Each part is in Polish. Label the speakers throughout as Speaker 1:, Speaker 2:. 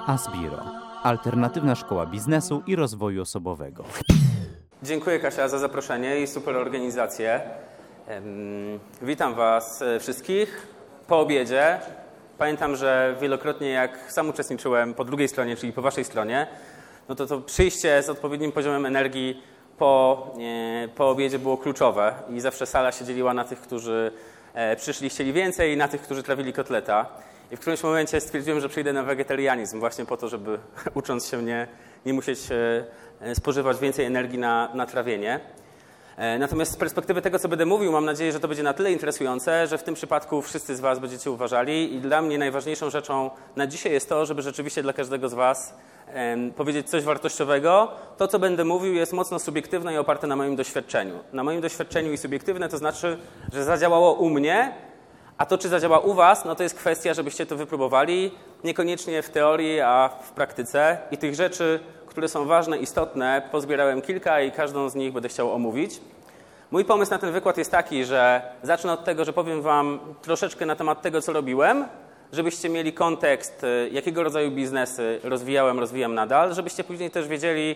Speaker 1: Asbiro, alternatywna szkoła biznesu i rozwoju osobowego.
Speaker 2: Dziękuję, Kasia, za zaproszenie i super organizację. Witam Was wszystkich po obiedzie. Pamiętam, że wielokrotnie jak sam uczestniczyłem po drugiej stronie, czyli po Waszej stronie, no to przyjście z odpowiednim poziomem energii po obiedzie było kluczowe i zawsze sala się dzieliła na tych, którzy przyszli i chcieli więcej, i na tych, którzy trawili kotleta. I w którymś momencie stwierdziłem, że przejdę na wegetarianizm właśnie po to, żeby ucząc się nie musieć spożywać więcej energii na trawienie. Natomiast z perspektywy tego, co będę mówił, mam nadzieję, że to będzie na tyle interesujące, że w tym przypadku wszyscy z Was będziecie uważali i dla mnie najważniejszą rzeczą na dzisiaj jest to, żeby rzeczywiście dla każdego z Was powiedzieć coś wartościowego. To, co będę mówił, jest mocno subiektywne i oparte na moim doświadczeniu. Na moim doświadczeniu i subiektywne to znaczy, że zadziałało u mnie, a to, czy zadziała u Was, no to jest kwestia, żebyście to wypróbowali, niekoniecznie w teorii, a w praktyce. I tych rzeczy, które są ważne, istotne, pozbierałem kilka i każdą z nich będę chciał omówić. Mój pomysł na ten wykład jest taki, że zacznę od tego, że powiem Wam troszeczkę na temat tego, co robiłem, żebyście mieli kontekst, jakiego rodzaju biznesy rozwijam nadal, żebyście później też wiedzieli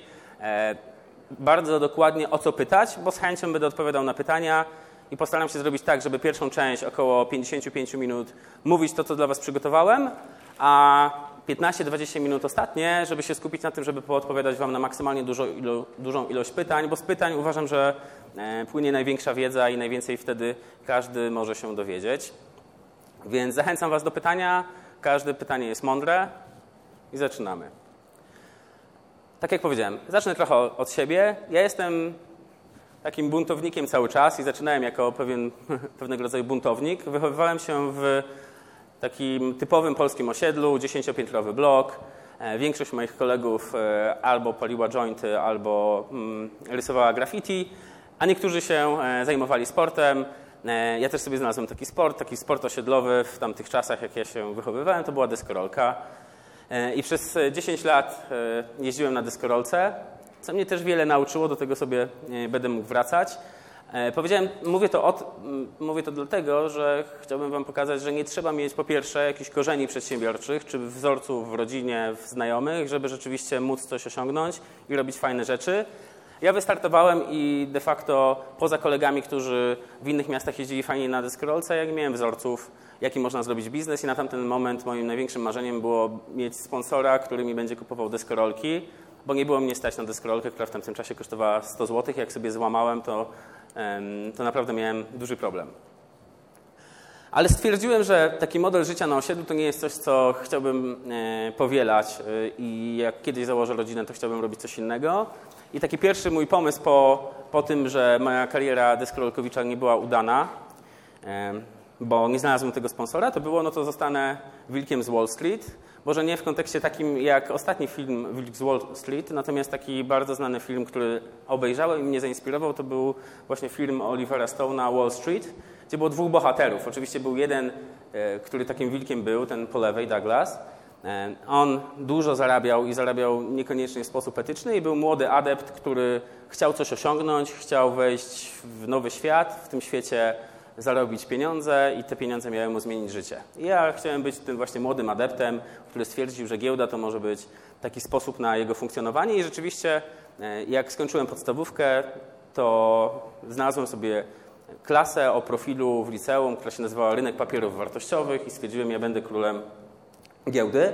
Speaker 2: bardzo dokładnie, o co pytać, bo z chęcią będę odpowiadał na pytania i postaram się zrobić tak, żeby pierwszą część, około 55 minut, mówić to, co dla Was przygotowałem, a 15-20 minut ostatnie, żeby się skupić na tym, żeby poodpowiadać Wam na maksymalnie dużą ilość pytań, bo z pytań uważam, że płynie największa wiedza i najwięcej wtedy każdy może się dowiedzieć. Więc zachęcam Was do pytania. Każde pytanie jest mądre i zaczynamy. Tak jak powiedziałem, zacznę trochę od siebie. Ja jestem takim buntownikiem cały czas i zaczynałem jako pewnego rodzaju buntownik. Wychowywałem się w takim typowym polskim osiedlu, 10-piętrowy blok. Większość moich kolegów albo paliła jointy, albo rysowała graffiti, a niektórzy się zajmowali sportem. Ja też sobie znalazłem taki sport osiedlowy w tamtych czasach, jak ja się wychowywałem, to była deskorolka. I przez 10 lat jeździłem na deskorolce, co mnie też wiele nauczyło, do tego sobie będę mógł wracać. Mówię to dlatego, że chciałbym Wam pokazać, że nie trzeba mieć po pierwsze jakichś korzeni przedsiębiorczych, czy wzorców w rodzinie, w znajomych, żeby rzeczywiście móc coś osiągnąć i robić fajne rzeczy. Ja wystartowałem i de facto poza kolegami, którzy w innych miastach jeździli fajnie na deskorolce, jak miałem wzorców, jaki można zrobić biznes i na tamten moment moim największym marzeniem było mieć sponsora, który mi będzie kupował deskorolki, bo nie było mnie stać na deskorolkę, która w tamtym czasie kosztowała 100 zł. Jak sobie złamałem, to naprawdę miałem duży problem. Ale stwierdziłem, że taki model życia na osiedlu to nie jest coś, co chciałbym powielać i jak kiedyś założę rodzinę, to chciałbym robić coś innego. I taki pierwszy mój pomysł po tym, że moja kariera deskorolkowicza nie była udana, bo nie znalazłem tego sponsora, to było, no to zostanę wilkiem z Wall Street. Może nie w kontekście takim jak ostatni film Wilk z Wall Street, natomiast taki bardzo znany film, który obejrzałem i mnie zainspirował, to był właśnie film Olivera Stone'a Wall Street, gdzie było dwóch bohaterów. Oczywiście był jeden, który takim wilkiem był, ten po lewej, Douglas. On dużo zarabiał i zarabiał niekoniecznie w sposób etyczny i był młody adept, który chciał coś osiągnąć, chciał wejść w nowy świat, w tym świecie zarobić pieniądze i te pieniądze miały mu zmienić życie. I ja chciałem być tym właśnie młodym adeptem, który stwierdził, że giełda to może być taki sposób na jego funkcjonowanie i rzeczywiście jak skończyłem podstawówkę, to znalazłem sobie klasę o profilu w liceum, która się nazywała Rynek Papierów Wartościowych i stwierdziłem, ja będę królem giełdy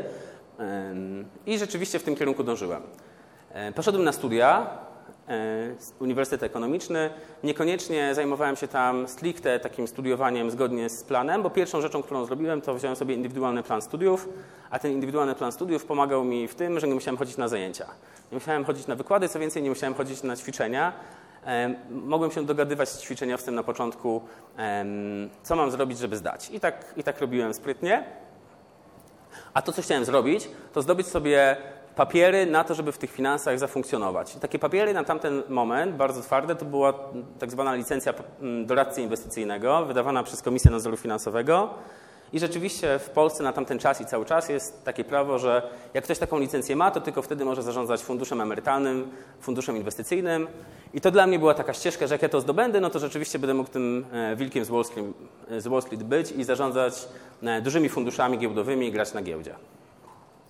Speaker 2: i rzeczywiście w tym kierunku dążyłem. Poszedłem na studia, Uniwersytet Ekonomiczny. Niekoniecznie zajmowałem się tam stricte takim studiowaniem zgodnie z planem, bo pierwszą rzeczą, którą zrobiłem, to wziąłem sobie indywidualny plan studiów, a ten indywidualny plan studiów pomagał mi w tym, że nie musiałem chodzić na zajęcia. Nie musiałem chodzić na wykłady, co więcej, nie musiałem chodzić na ćwiczenia. Mogłem się dogadywać z ćwiczeniowcem na początku, co mam zrobić, żeby zdać. I tak robiłem sprytnie. A to, co chciałem zrobić, to zdobyć sobie papiery na to, żeby w tych finansach zafunkcjonować. I takie papiery na tamten moment, bardzo twarde, to była tak zwana licencja doradcy inwestycyjnego, wydawana przez Komisję Nadzoru Finansowego. I rzeczywiście w Polsce na tamten czas i cały czas jest takie prawo, że jak ktoś taką licencję ma, to tylko wtedy może zarządzać funduszem emerytalnym, funduszem inwestycyjnym. I to dla mnie była taka ścieżka, że jak ja to zdobędę, no to rzeczywiście będę mógł tym wilkiem z Wall Street być i zarządzać dużymi funduszami giełdowymi i grać na giełdzie.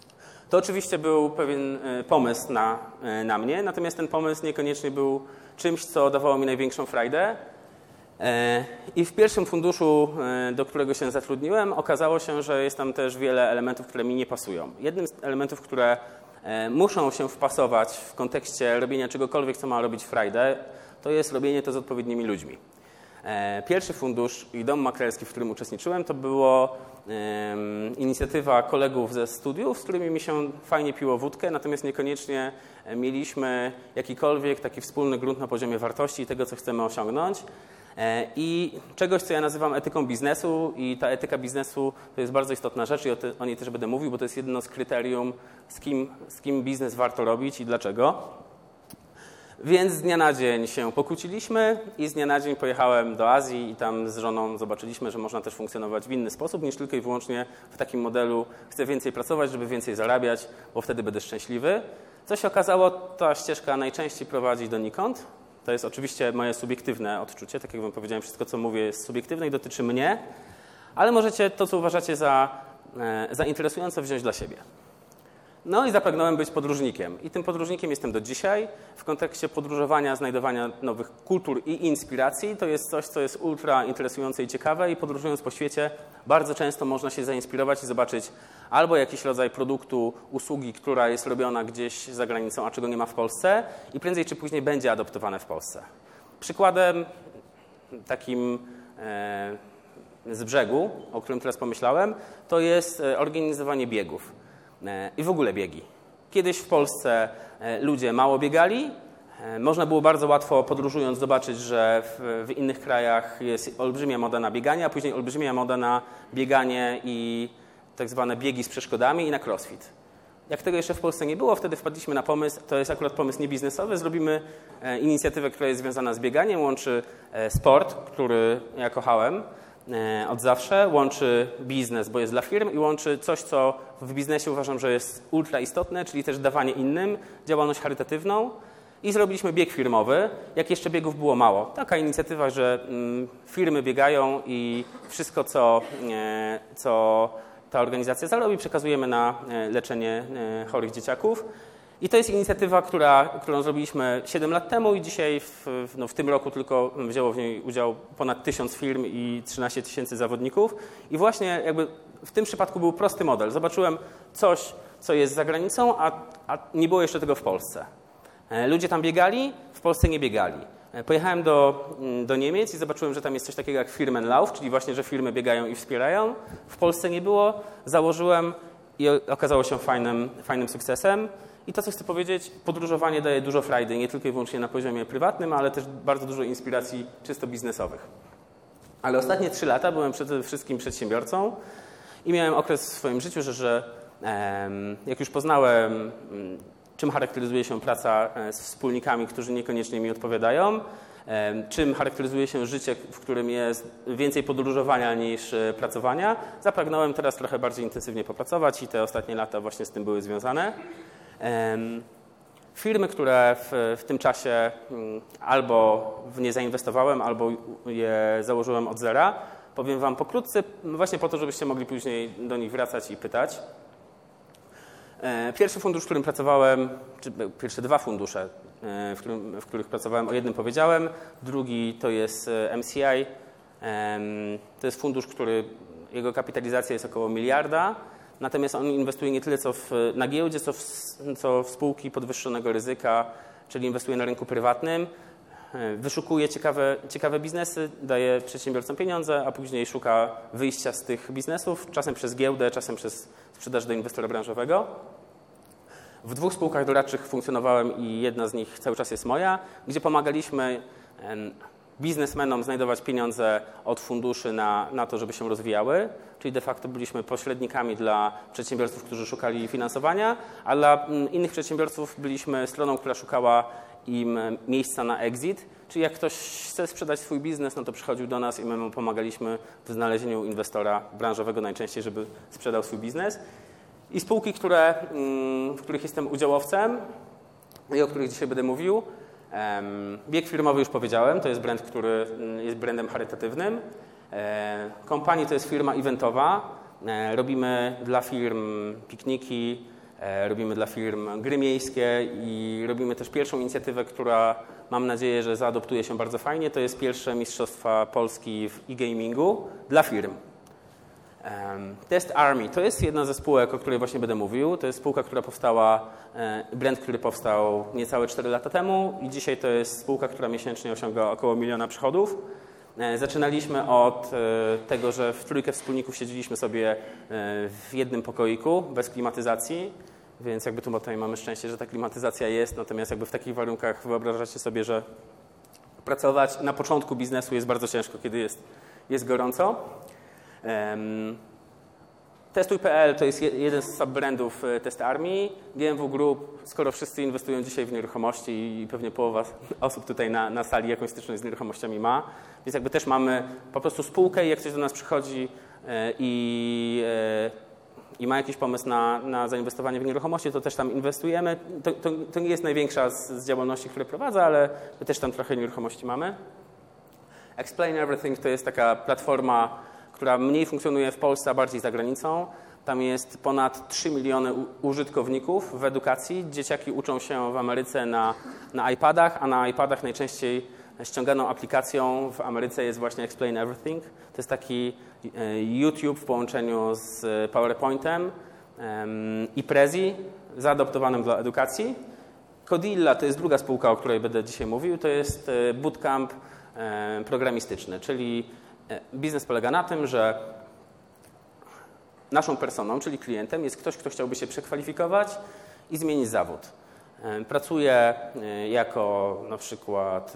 Speaker 2: To oczywiście był pewien pomysł na mnie, natomiast ten pomysł niekoniecznie był czymś, co dawało mi największą frajdę. I w pierwszym funduszu, do którego się zatrudniłem, okazało się, że jest tam też wiele elementów, które mi nie pasują. Jednym z elementów, które muszą się wpasować w kontekście robienia czegokolwiek, co ma robić frajdę, to jest robienie to z odpowiednimi ludźmi. Pierwszy fundusz i dom maklerski, w którym uczestniczyłem, to była inicjatywa kolegów ze studiów, z którymi mi się fajnie piło wódkę, natomiast niekoniecznie mieliśmy jakikolwiek taki wspólny grunt na poziomie wartości i tego, co chcemy osiągnąć. I czegoś, co ja nazywam etyką biznesu, i ta etyka biznesu to jest bardzo istotna rzecz i o niej też będę mówił, bo to jest jedno z kryterium, z kim biznes warto robić i dlaczego. Więc z dnia na dzień się pokłóciliśmy i z dnia na dzień pojechałem do Azji i tam z żoną zobaczyliśmy, że można też funkcjonować w inny sposób niż tylko i wyłącznie w takim modelu chcę więcej pracować, żeby więcej zarabiać, bo wtedy będę szczęśliwy. Co się okazało, ta ścieżka najczęściej prowadzi donikąd. To jest oczywiście moje subiektywne odczucie, tak jak wam powiedziałem, wszystko co mówię jest subiektywne i dotyczy mnie, ale możecie to, co uważacie za interesujące, wziąć dla siebie. No i zapragnąłem być podróżnikiem i tym podróżnikiem jestem do dzisiaj. W kontekście podróżowania, znajdowania nowych kultur i inspiracji to jest coś, co jest ultra interesujące i ciekawe i podróżując po świecie bardzo często można się zainspirować i zobaczyć albo jakiś rodzaj produktu, usługi, która jest robiona gdzieś za granicą, a czego nie ma w Polsce i prędzej czy później będzie adoptowane w Polsce. Przykładem takim z brzegu, o którym teraz pomyślałem, to jest organizowanie biegów. I w ogóle biegi. Kiedyś w Polsce ludzie mało biegali. Można było bardzo łatwo podróżując zobaczyć, że w innych krajach jest olbrzymia moda na bieganie, a później olbrzymia moda na bieganie i tak zwane biegi z przeszkodami i na crossfit. Jak tego jeszcze w Polsce nie było, wtedy wpadliśmy na pomysł, to jest akurat pomysł niebiznesowy, zrobimy inicjatywę, która jest związana z bieganiem, łączy sport, który ja kochałem od zawsze, łączy biznes, bo jest dla firm i łączy coś, co w biznesie uważam, że jest ultra istotne, czyli też dawanie innym, działalność charytatywną i zrobiliśmy bieg firmowy, jak jeszcze biegów było mało. Taka inicjatywa, że firmy biegają i wszystko, co ta organizacja zarobi, przekazujemy na leczenie chorych dzieciaków. I to jest inicjatywa, którą zrobiliśmy 7 lat temu i dzisiaj w tym roku tylko wzięło w niej udział ponad 1000 firm i 13 000 zawodników. I właśnie jakby w tym przypadku był prosty model. Zobaczyłem coś, co jest za granicą, a nie było jeszcze tego w Polsce. Ludzie tam biegali, w Polsce nie biegali. Pojechałem do Niemiec i zobaczyłem, że tam jest coś takiego jak Firmenlauf, czyli właśnie, że firmy biegają i wspierają. W Polsce nie było, założyłem i okazało się fajnym sukcesem. I to, co chcę powiedzieć, podróżowanie daje dużo frajdy, nie tylko i wyłącznie na poziomie prywatnym, ale też bardzo dużo inspiracji czysto biznesowych. Ale ostatnie 3 lata byłem przede wszystkim przedsiębiorcą i miałem okres w swoim życiu, że jak już poznałem, czym charakteryzuje się praca z wspólnikami, którzy niekoniecznie mi odpowiadają, czym charakteryzuje się życie, w którym jest więcej podróżowania niż pracowania, zapragnąłem teraz trochę bardziej intensywnie popracować i te ostatnie lata właśnie z tym były związane. Firmy, które w tym czasie albo w nie zainwestowałem, albo je założyłem od zera, powiem wam pokrótce, właśnie po to, żebyście mogli później do nich wracać i pytać. Pierwszy fundusz, w którym pracowałem, czy pierwsze 2 fundusze, w których pracowałem, o jednym powiedziałem, drugi to jest MCI. To jest fundusz, jego kapitalizacja jest około 1 miliarda. Natomiast on inwestuje nie tyle na giełdzie, co w spółki podwyższonego ryzyka, czyli inwestuje na rynku prywatnym, wyszukuje ciekawe biznesy, daje przedsiębiorcom pieniądze, a później szuka wyjścia z tych biznesów, czasem przez giełdę, czasem przez sprzedaż do inwestora branżowego. W 2 spółkach doradczych funkcjonowałem i jedna z nich cały czas jest moja, gdzie pomagaliśmy biznesmenom znajdować pieniądze od funduszy na to, żeby się rozwijały, czyli de facto byliśmy pośrednikami dla przedsiębiorców, którzy szukali finansowania, a dla innych przedsiębiorców byliśmy stroną, która szukała im miejsca na exit, czyli jak ktoś chce sprzedać swój biznes, no to przychodził do nas i my mu pomagaliśmy w znalezieniu inwestora branżowego najczęściej, żeby sprzedał swój biznes. I spółki, w których jestem udziałowcem i o których dzisiaj będę mówił, bieg firmowy już powiedziałem, to jest brand, który jest brandem charytatywnym. Company to jest firma eventowa. Robimy dla firm pikniki, robimy dla firm gry miejskie i robimy też pierwszą inicjatywę, która mam nadzieję, że zaadoptuje się bardzo fajnie. To jest pierwsze Mistrzostwa Polski w e-gamingu dla firm. Test Army to jest jedna ze spółek, o której właśnie będę mówił. To jest spółka, która powstała, brand, który powstał niecałe 4 lata temu i dzisiaj to jest spółka, która miesięcznie osiąga około 1 miliona przychodów. Zaczynaliśmy od tego, że w trójkę wspólników siedzieliśmy sobie w jednym pokoiku, bez klimatyzacji, więc jakby tutaj mamy szczęście, że ta klimatyzacja jest, natomiast jakby w takich warunkach wyobrażacie sobie, że pracować na początku biznesu jest bardzo ciężko, kiedy jest gorąco. Testuj.pl to jest jeden z subbrandów Test Army. GMW Group, skoro wszyscy inwestują dzisiaj w nieruchomości i pewnie połowa osób tutaj na sali jakąś styczność z nieruchomościami ma, więc jakby też mamy po prostu spółkę i jak ktoś do nas przychodzi i ma jakiś pomysł na zainwestowanie w nieruchomości, to też tam inwestujemy. To nie jest największa z działalności, które prowadzę, ale też tam trochę nieruchomości mamy. Explain Everything to jest taka platforma, która mniej funkcjonuje w Polsce, a bardziej za granicą. Tam jest ponad 3 miliony użytkowników w edukacji. Dzieciaki uczą się w Ameryce na iPadach, a na iPadach najczęściej ściąganą aplikacją w Ameryce jest właśnie Explain Everything. To jest taki YouTube w połączeniu z PowerPointem i Prezi, zaadoptowanym dla edukacji. Codilla to jest druga spółka, o której będę dzisiaj mówił. To jest bootcamp programistyczny, czyli biznes polega na tym, że naszą personą, czyli klientem, jest ktoś, kto chciałby się przekwalifikować i zmienić zawód. Pracuje jako na przykład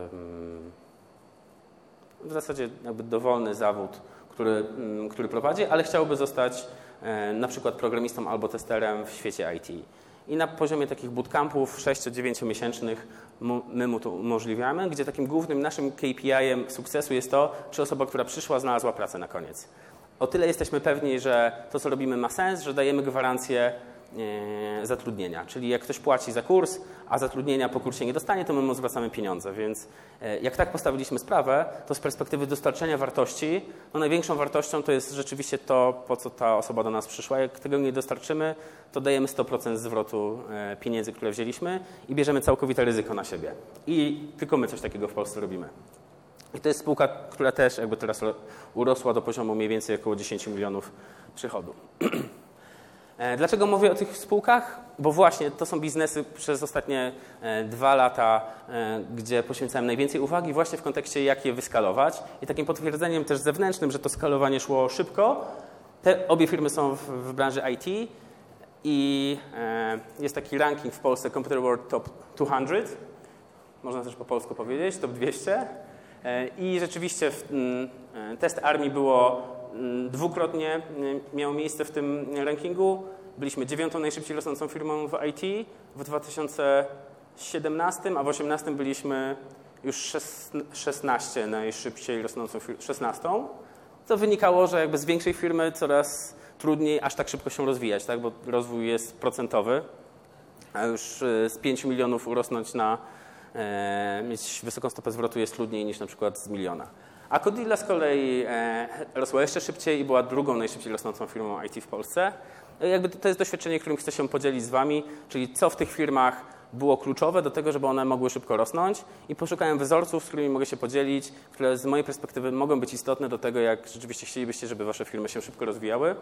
Speaker 2: w zasadzie jakby dowolny zawód, który prowadzi, ale chciałby zostać na przykład programistą albo testerem w świecie IT. I na poziomie takich bootcampów 6-9 miesięcznych my mu to umożliwiamy, gdzie takim głównym naszym KPI-em sukcesu jest to, czy osoba, która przyszła, znalazła pracę na koniec. O tyle jesteśmy pewni, że to, co robimy, ma sens, że dajemy gwarancję zatrudnienia. Czyli jak ktoś płaci za kurs, a zatrudnienia po kursie nie dostanie, to my mu zwracamy pieniądze. Więc jak tak postawiliśmy sprawę, to z perspektywy dostarczenia wartości, no największą wartością to jest rzeczywiście to, po co ta osoba do nas przyszła. Jak tego nie dostarczymy, to dajemy 100% zwrotu pieniędzy, które wzięliśmy i bierzemy całkowite ryzyko na siebie. I tylko my coś takiego w Polsce robimy. I to jest spółka, która też jakby teraz urosła do poziomu mniej więcej około 10 milionów przychodu. Dlaczego mówię o tych spółkach? Bo właśnie to są biznesy przez ostatnie 2 lata, gdzie poświęcałem najwięcej uwagi właśnie w kontekście, jak je wyskalować. I takim potwierdzeniem też zewnętrznym, że to skalowanie szło szybko. Obie firmy są w branży IT i jest taki ranking w Polsce Computer World Top 200. Można też po polsku powiedzieć, Top 200. I rzeczywiście Test Army było dwukrotnie miało miejsce w tym rankingu. Byliśmy 9. najszybciej rosnącą firmą w IT w 2017, a w 2018 byliśmy już 16 najszybciej rosnącą 16. To wynikało, że jakby z większej firmy coraz trudniej aż tak szybko się rozwijać, tak? Bo rozwój jest procentowy, a już z 5 milionów urosnąć mieć wysoką stopę zwrotu jest trudniej niż na przykład z 1 miliona. A Codilla z kolei rosła jeszcze szybciej i była drugą najszybciej rosnącą firmą IT w Polsce. Jakby to jest doświadczenie, którym chcę się podzielić z Wami, czyli co w tych firmach było kluczowe do tego, żeby one mogły szybko rosnąć i poszukałem wzorców, z którymi mogę się podzielić, które z mojej perspektywy mogą być istotne do tego, jak rzeczywiście chcielibyście, żeby Wasze firmy się szybko rozwijały.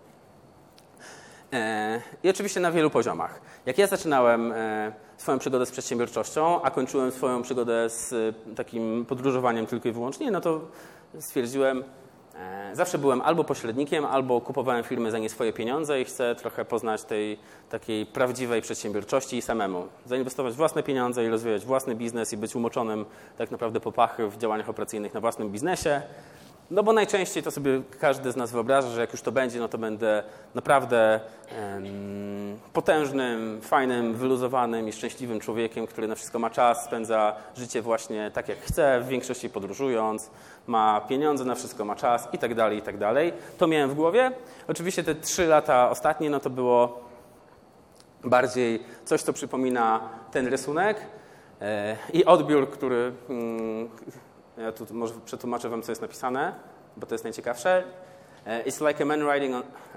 Speaker 2: I oczywiście na wielu poziomach. Jak ja zaczynałem swoją przygodę z przedsiębiorczością, a kończyłem swoją przygodę z takim podróżowaniem tylko i wyłącznie, no to stwierdziłem, zawsze byłem albo pośrednikiem, albo kupowałem firmy za nie swoje pieniądze i chcę trochę poznać tej takiej prawdziwej przedsiębiorczości i samemu. Zainwestować własne pieniądze i rozwijać własny biznes i być umoczonym tak naprawdę po pachy w działaniach operacyjnych na własnym biznesie. No bo najczęściej to sobie każdy z nas wyobraża, że jak już to będzie, no to będę naprawdę potężnym, fajnym, wyluzowanym i szczęśliwym człowiekiem, który na wszystko ma czas, spędza życie właśnie tak jak chce, w większości podróżując, ma pieniądze na wszystko, ma czas i tak dalej, i tak dalej. To miałem w głowie. Oczywiście te 3 lata ostatnie, no to było bardziej coś, co przypomina ten rysunek i odbiór, który... Ja tu może przetłumaczę Wam, co jest napisane, bo to jest najciekawsze. It's like a man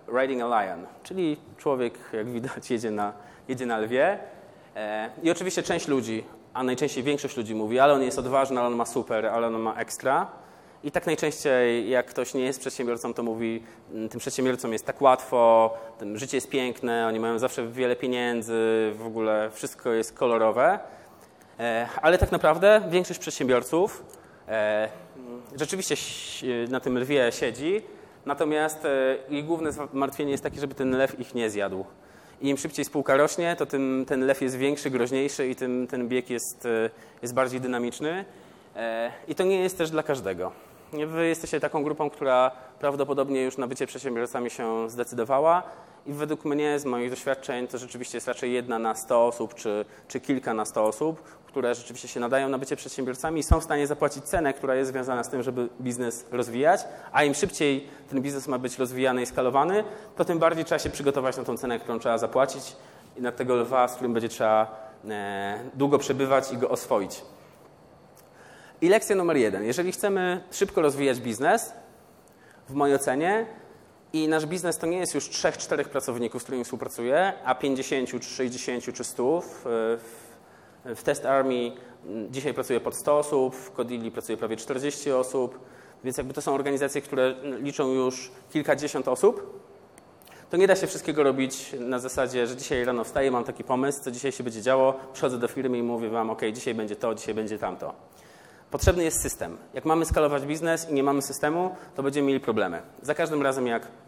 Speaker 2: riding a lion, czyli człowiek, jak widać, jedzie na lwie. I oczywiście część ludzi, a najczęściej większość ludzi mówi, ale on jest odważny, ale on ma super, ale on ma ekstra. I tak najczęściej, jak ktoś nie jest przedsiębiorcą, to mówi, tym przedsiębiorcom jest tak łatwo, życie jest piękne, oni mają zawsze wiele pieniędzy, w ogóle wszystko jest kolorowe. Ale tak naprawdę większość przedsiębiorców rzeczywiście na tym lwie siedzi, natomiast ich główne zmartwienie jest takie, żeby ten lew ich nie zjadł. I im szybciej spółka rośnie, to tym ten lew jest większy, groźniejszy i tym ten bieg jest bardziej dynamiczny. I to nie jest też dla każdego. Wy jesteście taką grupą, która prawdopodobnie już na bycie przedsiębiorcami się zdecydowała i według mnie, z moich doświadczeń, to rzeczywiście jest raczej 1 na 100 osób czy kilka na 100 osób, które rzeczywiście się nadają na bycie przedsiębiorcami i są w stanie zapłacić cenę, która jest związana z tym, żeby biznes rozwijać, a im szybciej ten biznes ma być rozwijany i skalowany, to tym bardziej trzeba się przygotować na tą cenę, którą trzeba zapłacić i na tego lwa, z którym będzie trzeba długo przebywać i go oswoić. I lekcja numer 1. Jeżeli chcemy szybko rozwijać biznes, w mojej ocenie, i nasz biznes to nie jest już 3-4 pracowników, z którymi współpracuję, a 50, czy 60, czy 100. W Test Army dzisiaj pracuje pod 100 osób, w Codilli pracuje prawie 40 osób, więc jakby to są organizacje, które liczą już kilkadziesiąt osób. To nie da się wszystkiego robić na zasadzie, że dzisiaj rano wstaję, mam taki pomysł, co dzisiaj się będzie działo, przychodzę do firmy i mówię wam, ok, dzisiaj będzie to, dzisiaj będzie tamto. Potrzebny jest system. Jak mamy skalować biznes i nie mamy systemu, to będziemy mieli problemy. Za każdym razem,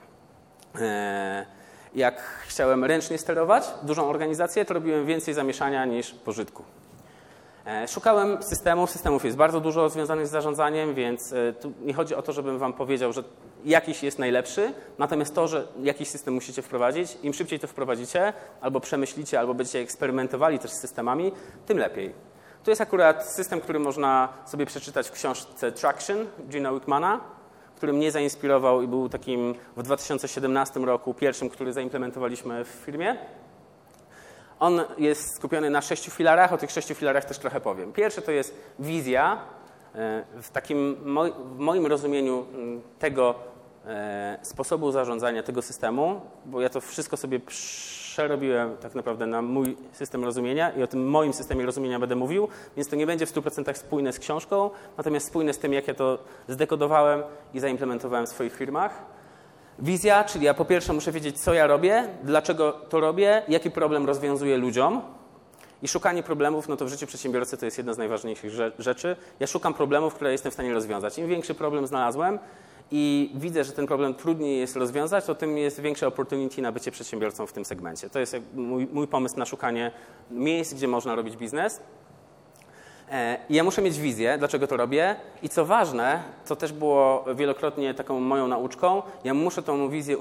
Speaker 2: jak chciałem ręcznie sterować dużą organizację, to robiłem więcej zamieszania niż pożytku. Szukałem systemów jest bardzo dużo związanych z zarządzaniem, więc tu nie chodzi o to, żebym wam powiedział, że jakiś jest najlepszy, natomiast to, że jakiś system musicie wprowadzić, im szybciej to wprowadzicie, albo przemyślicie, albo będziecie eksperymentowali też z systemami, tym lepiej. Tu jest akurat system, który można sobie przeczytać w książce Traction Gina Wickmana, który mnie zainspirował i był takim w 2017 roku pierwszym, który zaimplementowaliśmy w firmie. On jest skupiony na 6 filarach, o tych 6 filarach też trochę powiem. Pierwszy to jest wizja, w takim moim rozumieniu tego sposobu zarządzania, tego systemu, bo ja to wszystko sobie przerobiłem tak naprawdę na mój system rozumienia i o tym moim systemie rozumienia będę mówił, więc to nie będzie w 100% spójne z książką, natomiast spójne z tym, jak ja to zdekodowałem i zaimplementowałem w swoich firmach. Wizja, czyli ja po pierwsze muszę wiedzieć, co ja robię, dlaczego to robię, jaki problem rozwiązuję ludziom. I szukanie problemów, no to w życiu przedsiębiorcy to jest jedna z najważniejszych rzeczy. Ja szukam problemów, które jestem w stanie rozwiązać. Im większy problem znalazłem i widzę, że ten problem trudniej jest rozwiązać, to tym jest większe opportunity na bycie przedsiębiorcą w tym segmencie. To jest mój pomysł na szukanie miejsc, gdzie można robić biznes. Ja muszę mieć wizję, dlaczego to robię i co ważne, co też było wielokrotnie taką moją nauczką, ja muszę tą wizję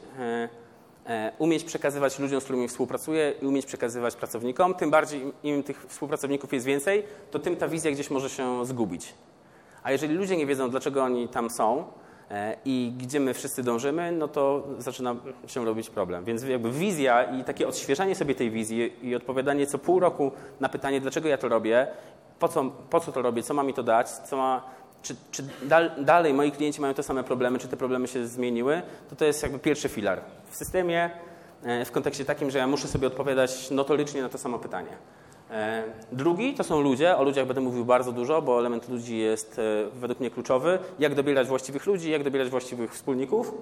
Speaker 2: umieć przekazywać ludziom, z którymi współpracuję i umieć przekazywać pracownikom. Tym bardziej im tych współpracowników jest więcej, to tym ta wizja gdzieś może się zgubić. A jeżeli ludzie nie wiedzą, dlaczego oni tam są i gdzie my wszyscy dążymy, no to zaczyna się robić problem. Więc jakby wizja i takie odświeżanie sobie tej wizji i odpowiadanie co pół roku na pytanie, dlaczego ja to robię, po co to robię, co ma mi to dać, czy dalej moi klienci mają te same problemy, czy te problemy się zmieniły, to jest jakby pierwszy filar. W systemie, w kontekście takim, że ja muszę sobie odpowiadać notorycznie na to samo pytanie. Drugi to są ludzie, o ludziach będę mówił bardzo dużo, bo element ludzi jest według mnie kluczowy. Jak dobierać właściwych ludzi, jak dobierać właściwych wspólników.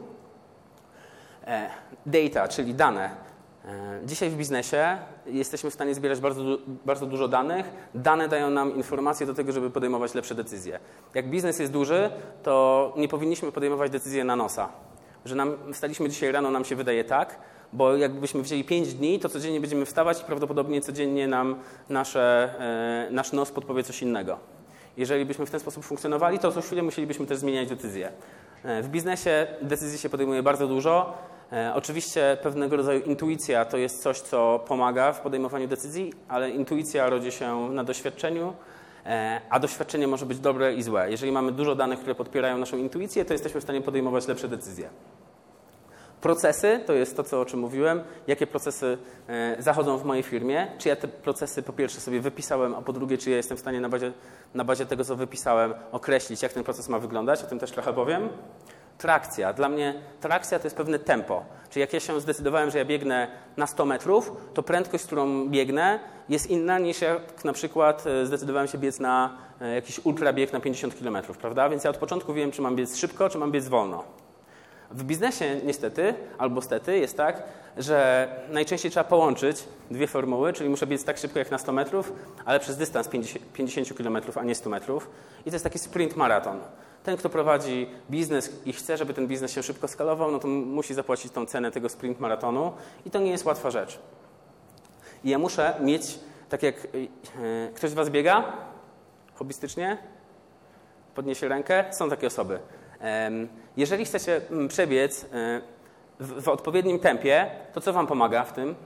Speaker 2: Data, czyli dane. Dzisiaj w biznesie jesteśmy w stanie zbierać bardzo dużo danych. Dane dają nam informacje do tego, żeby podejmować lepsze decyzje. Jak biznes jest duży, to nie powinniśmy podejmować decyzji na nosa. Że wstaliśmy dzisiaj rano, nam się wydaje tak, bo jakbyśmy wzięli 5 dni, to codziennie będziemy wstawać i prawdopodobnie codziennie nam nasz nos podpowie coś innego. Jeżeli byśmy w ten sposób funkcjonowali, to co chwilę musielibyśmy też zmieniać decyzje. W biznesie decyzji się podejmuje bardzo dużo. Oczywiście pewnego rodzaju intuicja to jest coś, co pomaga w podejmowaniu decyzji, ale intuicja rodzi się na doświadczeniu, a doświadczenie może być dobre i złe. Jeżeli mamy dużo danych, które podpierają naszą intuicję, to jesteśmy w stanie podejmować lepsze decyzje. Procesy to jest to, o czym mówiłem. Jakie procesy zachodzą w mojej firmie? Czy ja te procesy po pierwsze sobie wypisałem, a po drugie, czy ja jestem w stanie na bazie tego, co wypisałem, określić, jak ten proces ma wyglądać? O tym też trochę powiem. trakcja. Dla mnie trakcja to jest pewne tempo. Czyli jak ja się zdecydowałem, że ja biegnę na 100 metrów, to prędkość, którą biegnę, jest inna niż jak na przykład zdecydowałem się biec na jakiś ultrabieg na 50 km, prawda? Więc ja od początku wiem, czy mam biec szybko, czy mam biec wolno. W biznesie niestety, albo stety jest tak, że najczęściej trzeba połączyć dwie formuły, czyli muszę biec tak szybko jak na 100 metrów, ale przez dystans 50 km, a nie 100 metrów. I to jest taki sprint maraton. Ten, kto prowadzi biznes i chce, żeby ten biznes się szybko skalował, no to musi zapłacić tą cenę tego sprint maratonu i to nie jest łatwa rzecz. I ja muszę mieć, tak jak ktoś z was biega hobbystycznie, podniesie rękę, są takie osoby. Jeżeli chcecie przebiec w odpowiednim tempie, to co wam pomaga w tym?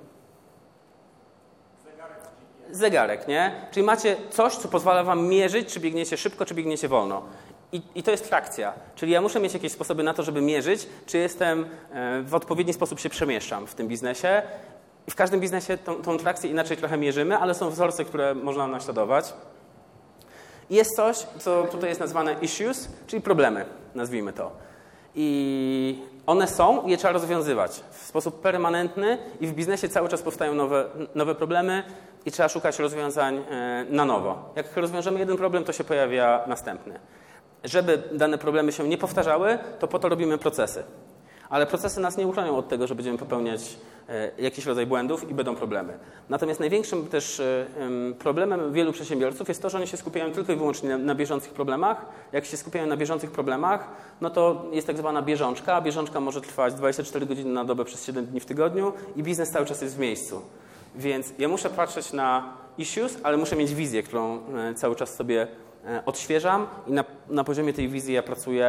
Speaker 2: Zegarek, nie? Czyli macie coś, co pozwala wam mierzyć, czy biegniecie szybko, czy biegniecie wolno. I to jest trakcja. Czyli ja muszę mieć jakieś sposoby na to, żeby mierzyć, czy jestem w odpowiedni sposób się przemieszczam w tym biznesie. I w każdym biznesie tą trakcję inaczej trochę mierzymy, ale są wzorce, które można naśladować. I jest coś, co tutaj jest nazwane issues, czyli problemy, nazwijmy to. I one są i je trzeba rozwiązywać w sposób permanentny i w biznesie cały czas powstają nowe problemy i trzeba szukać rozwiązań na nowo. Jak rozwiążemy jeden problem, to się pojawia następny. Żeby dane problemy się nie powtarzały, to po to robimy procesy. Ale procesy nas nie uchronią od tego, że będziemy popełniać jakiś rodzaj błędów i będą problemy. Natomiast największym też problemem wielu przedsiębiorców jest to, że oni się skupiają tylko i wyłącznie na bieżących problemach. Jak się skupiają na bieżących problemach, no to jest tak zwana bieżączka. Bieżączka może trwać 24 godziny na dobę przez 7 dni w tygodniu i biznes cały czas jest w miejscu. Więc ja muszę patrzeć na issues, ale muszę mieć wizję, którą cały czas sobie odświeżam i na poziomie tej wizji ja pracuję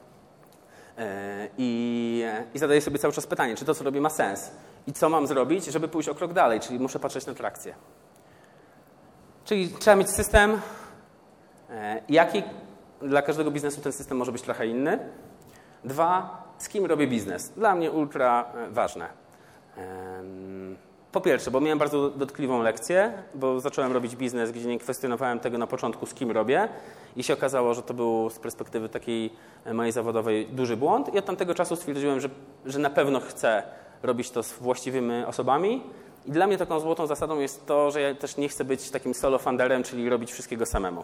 Speaker 2: i zadaję sobie cały czas pytanie, czy to, co robię, ma sens i co mam zrobić, żeby pójść o krok dalej, czyli muszę patrzeć na trakcję. Czyli trzeba mieć system, jaki dla każdego biznesu ten system może być trochę inny. 2, z kim robię biznes. Dla mnie ultra ważne. Po pierwsze, bo miałem bardzo dotkliwą lekcję, bo zacząłem robić biznes, gdzie nie kwestionowałem tego na początku, z kim robię i się okazało, że to był z perspektywy takiej mojej zawodowej duży błąd i od tamtego czasu stwierdziłem, że na pewno chcę robić to z właściwymi osobami i dla mnie taką złotą zasadą jest to, że ja też nie chcę być takim solo funderem, czyli robić wszystkiego samemu.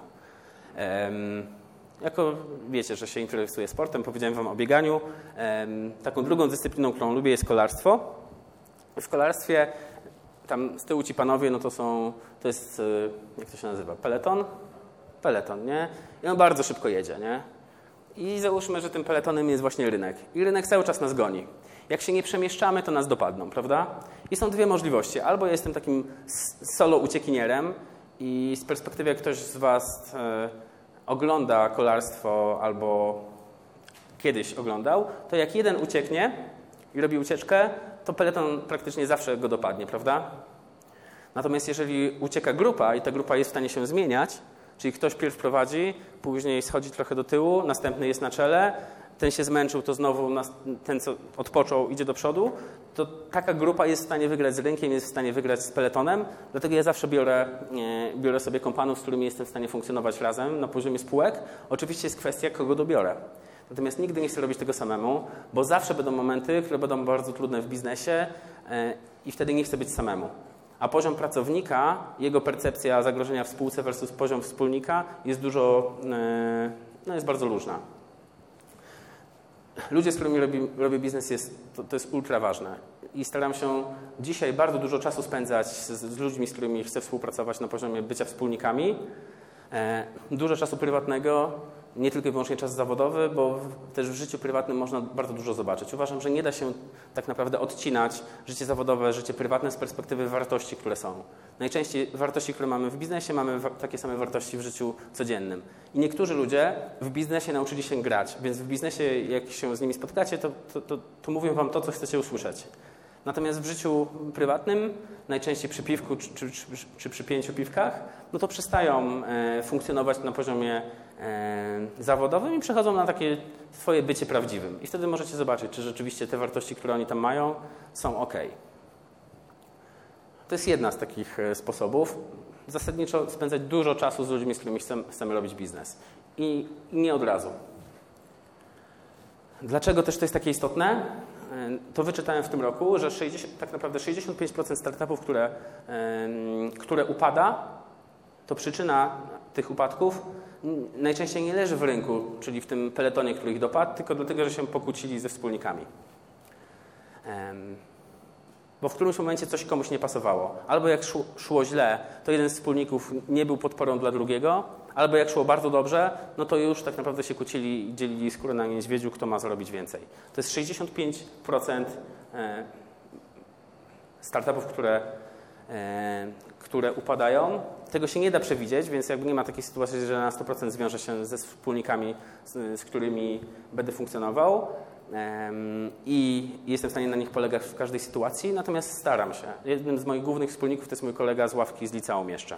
Speaker 2: Jako wiecie, że się interesuję sportem, powiedziałem wam o bieganiu. Taką drugą dyscypliną, którą lubię, jest kolarstwo. W kolarstwie tam z tyłu ci panowie, no to jest, jak to się nazywa, peleton? Peleton, nie? I on bardzo szybko jedzie, nie? I załóżmy, że tym peletonem jest właśnie rynek. I rynek cały czas nas goni. Jak się nie przemieszczamy, to nas dopadną, prawda? I są dwie możliwości. Albo ja jestem takim solo uciekinierem i z perspektywy, jak ktoś z was ogląda kolarstwo albo kiedyś oglądał, to jak jeden ucieknie i robi ucieczkę, to peleton praktycznie zawsze go dopadnie, prawda? Natomiast jeżeli ucieka grupa i ta grupa jest w stanie się zmieniać, czyli ktoś pierw prowadzi, później schodzi trochę do tyłu, następny jest na czele, ten się zmęczył, to znowu ten, co odpoczął, idzie do przodu, to taka grupa jest w stanie wygrać z rynkiem, jest w stanie wygrać z peletonem, dlatego ja zawsze biorę sobie kompanów, z którymi jestem w stanie funkcjonować razem na poziomie spółek. Oczywiście jest kwestia, kogo dobiorę. Natomiast nigdy nie chcę robić tego samemu, bo zawsze będą momenty, które będą bardzo trudne w biznesie i wtedy nie chcę być samemu. A poziom pracownika, jego percepcja zagrożenia w spółce versus poziom wspólnika jest jest bardzo różna. Ludzie, z którymi robię biznes, to jest ultra ważne. I staram się dzisiaj bardzo dużo czasu spędzać z ludźmi, z którymi chcę współpracować na poziomie bycia wspólnikami. Dużo czasu prywatnego, nie tylko i wyłącznie czas zawodowy, bo też w życiu prywatnym można bardzo dużo zobaczyć. Uważam, że nie da się tak naprawdę odcinać życie zawodowe, życie prywatne z perspektywy wartości, które są. Najczęściej wartości, które mamy w biznesie, mamy takie same wartości w życiu codziennym. I niektórzy ludzie w biznesie nauczyli się grać, więc w biznesie, jak się z nimi spotkacie, to mówią wam to, co chcecie usłyszeć. Natomiast w życiu prywatnym, najczęściej przy piwku czy przy 5 piwkach, no to przestają funkcjonować na poziomie zawodowym i przechodzą na takie swoje bycie prawdziwym. I wtedy możecie zobaczyć, czy rzeczywiście te wartości, które oni tam mają, są ok. To jest jedna z takich sposobów. Zasadniczo spędzać dużo czasu z ludźmi, z którymi chcemy robić biznes. I nie od razu. Dlaczego też to jest takie istotne? To wyczytałem w tym roku, że tak naprawdę 65% startupów, które upada, to przyczyna tych upadków najczęściej nie leży w rynku, czyli w tym peletonie, który ich dopadł, tylko dlatego, że się pokłócili ze wspólnikami. Bo w którymś momencie coś komuś nie pasowało. Albo jak szło źle, to jeden z wspólników nie był podporą dla drugiego, albo jak szło bardzo dobrze, no to już tak naprawdę się kłócili i dzielili skórę na niedźwiedziu, kto ma zarobić więcej. To jest 65% startupów, które upadają. Tego się nie da przewidzieć, więc jakby nie ma takiej sytuacji, że na 100% zwiąże się ze wspólnikami, z którymi będę funkcjonował. I jestem w stanie na nich polegać w każdej sytuacji, natomiast staram się. Jednym z moich głównych wspólników to jest mój kolega z ławki z liceum jeszcze.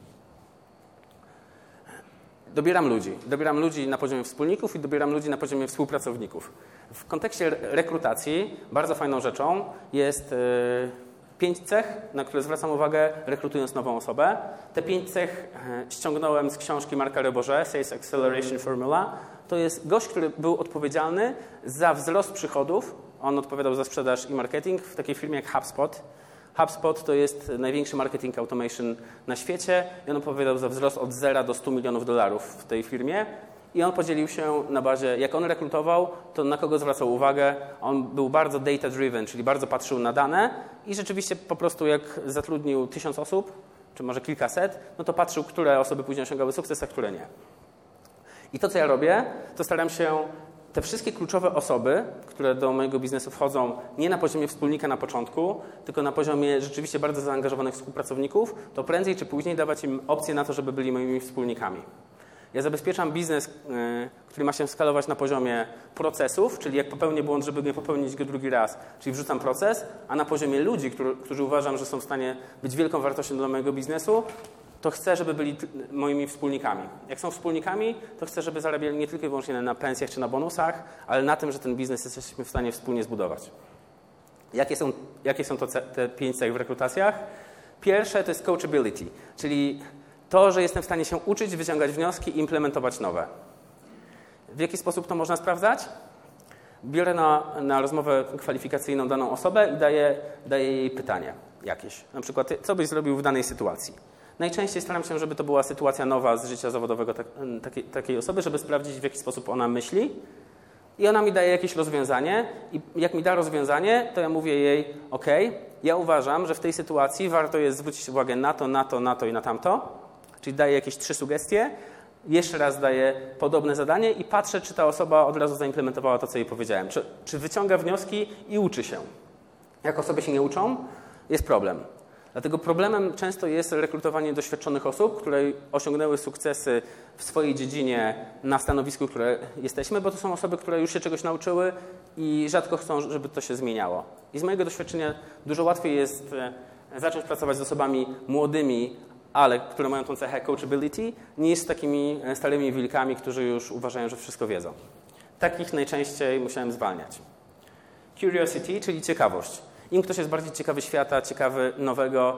Speaker 2: Dobieram ludzi na poziomie wspólników i dobieram ludzi na poziomie współpracowników. W kontekście rekrutacji bardzo fajną rzeczą jest 5 cech, na które zwracam uwagę, rekrutując nową osobę. Te 5 cech ściągnąłem z książki Marka Reboże, Sales Acceleration Formula. To jest gość, który był odpowiedzialny za wzrost przychodów. On odpowiadał za sprzedaż i marketing w takiej firmie jak HubSpot. HubSpot to jest największy marketing automation na świecie i on odpowiadał za wzrost od 0 do 100 milionów dolarów w tej firmie. I on podzielił się na bazie, jak on rekrutował, to na kogo zwracał uwagę. On był bardzo data-driven, czyli bardzo patrzył na dane i rzeczywiście po prostu jak zatrudnił 1000 osób, czy może kilkaset, no to patrzył, które osoby później osiągały sukces, a które nie. I to, co ja robię, to staram się te wszystkie kluczowe osoby, które do mojego biznesu wchodzą nie na poziomie wspólnika na początku, tylko na poziomie rzeczywiście bardzo zaangażowanych współpracowników, to prędzej czy później dawać im opcję na to, żeby byli moimi wspólnikami. Ja zabezpieczam biznes, który ma się skalować na poziomie procesów, czyli jak popełnię błąd, żeby nie popełnić go drugi raz, czyli wrzucam proces, a na poziomie ludzi, którzy uważam, że są w stanie być wielką wartością dla mojego biznesu, to chcę, żeby byli moimi wspólnikami. Jak są wspólnikami, to chcę, żeby zarabiali nie tylko i wyłącznie na pensjach czy na bonusach, ale na tym, że ten biznes jesteśmy w stanie wspólnie zbudować. Jakie są to te 5 cech w rekrutacjach? Pierwsze to jest coachability, czyli to, że jestem w stanie się uczyć, wyciągać wnioski i implementować nowe. W jaki sposób to można sprawdzać? Biorę na rozmowę kwalifikacyjną daną osobę i daję jej pytanie jakieś. Na przykład, co byś zrobił w danej sytuacji? Najczęściej staram się, żeby to była sytuacja nowa z życia zawodowego takiej osoby, żeby sprawdzić, w jaki sposób ona myśli. I ona mi daje jakieś rozwiązanie i jak mi da rozwiązanie, to ja mówię jej, OK, ja uważam, że w tej sytuacji warto jest zwrócić uwagę na to, na to, na to i na tamto. Czyli daję jakieś 3 sugestie, jeszcze raz daję podobne zadanie i patrzę, czy ta osoba od razu zaimplementowała to, co jej powiedziałem. Czy wyciąga wnioski i uczy się. Jak osoby się nie uczą, jest problem. Dlatego problemem często jest rekrutowanie doświadczonych osób, które osiągnęły sukcesy w swojej dziedzinie na stanowisku, które jesteśmy, bo to są osoby, które już się czegoś nauczyły i rzadko chcą, żeby to się zmieniało. I z mojego doświadczenia dużo łatwiej jest zacząć pracować z osobami młodymi, ale które mają tą cechę coachability, niż z takimi starymi wilkami, którzy już uważają, że wszystko wiedzą. Takich najczęściej musiałem zwalniać. Curiosity, czyli ciekawość. Im ktoś jest bardziej ciekawy świata, ciekawy nowego,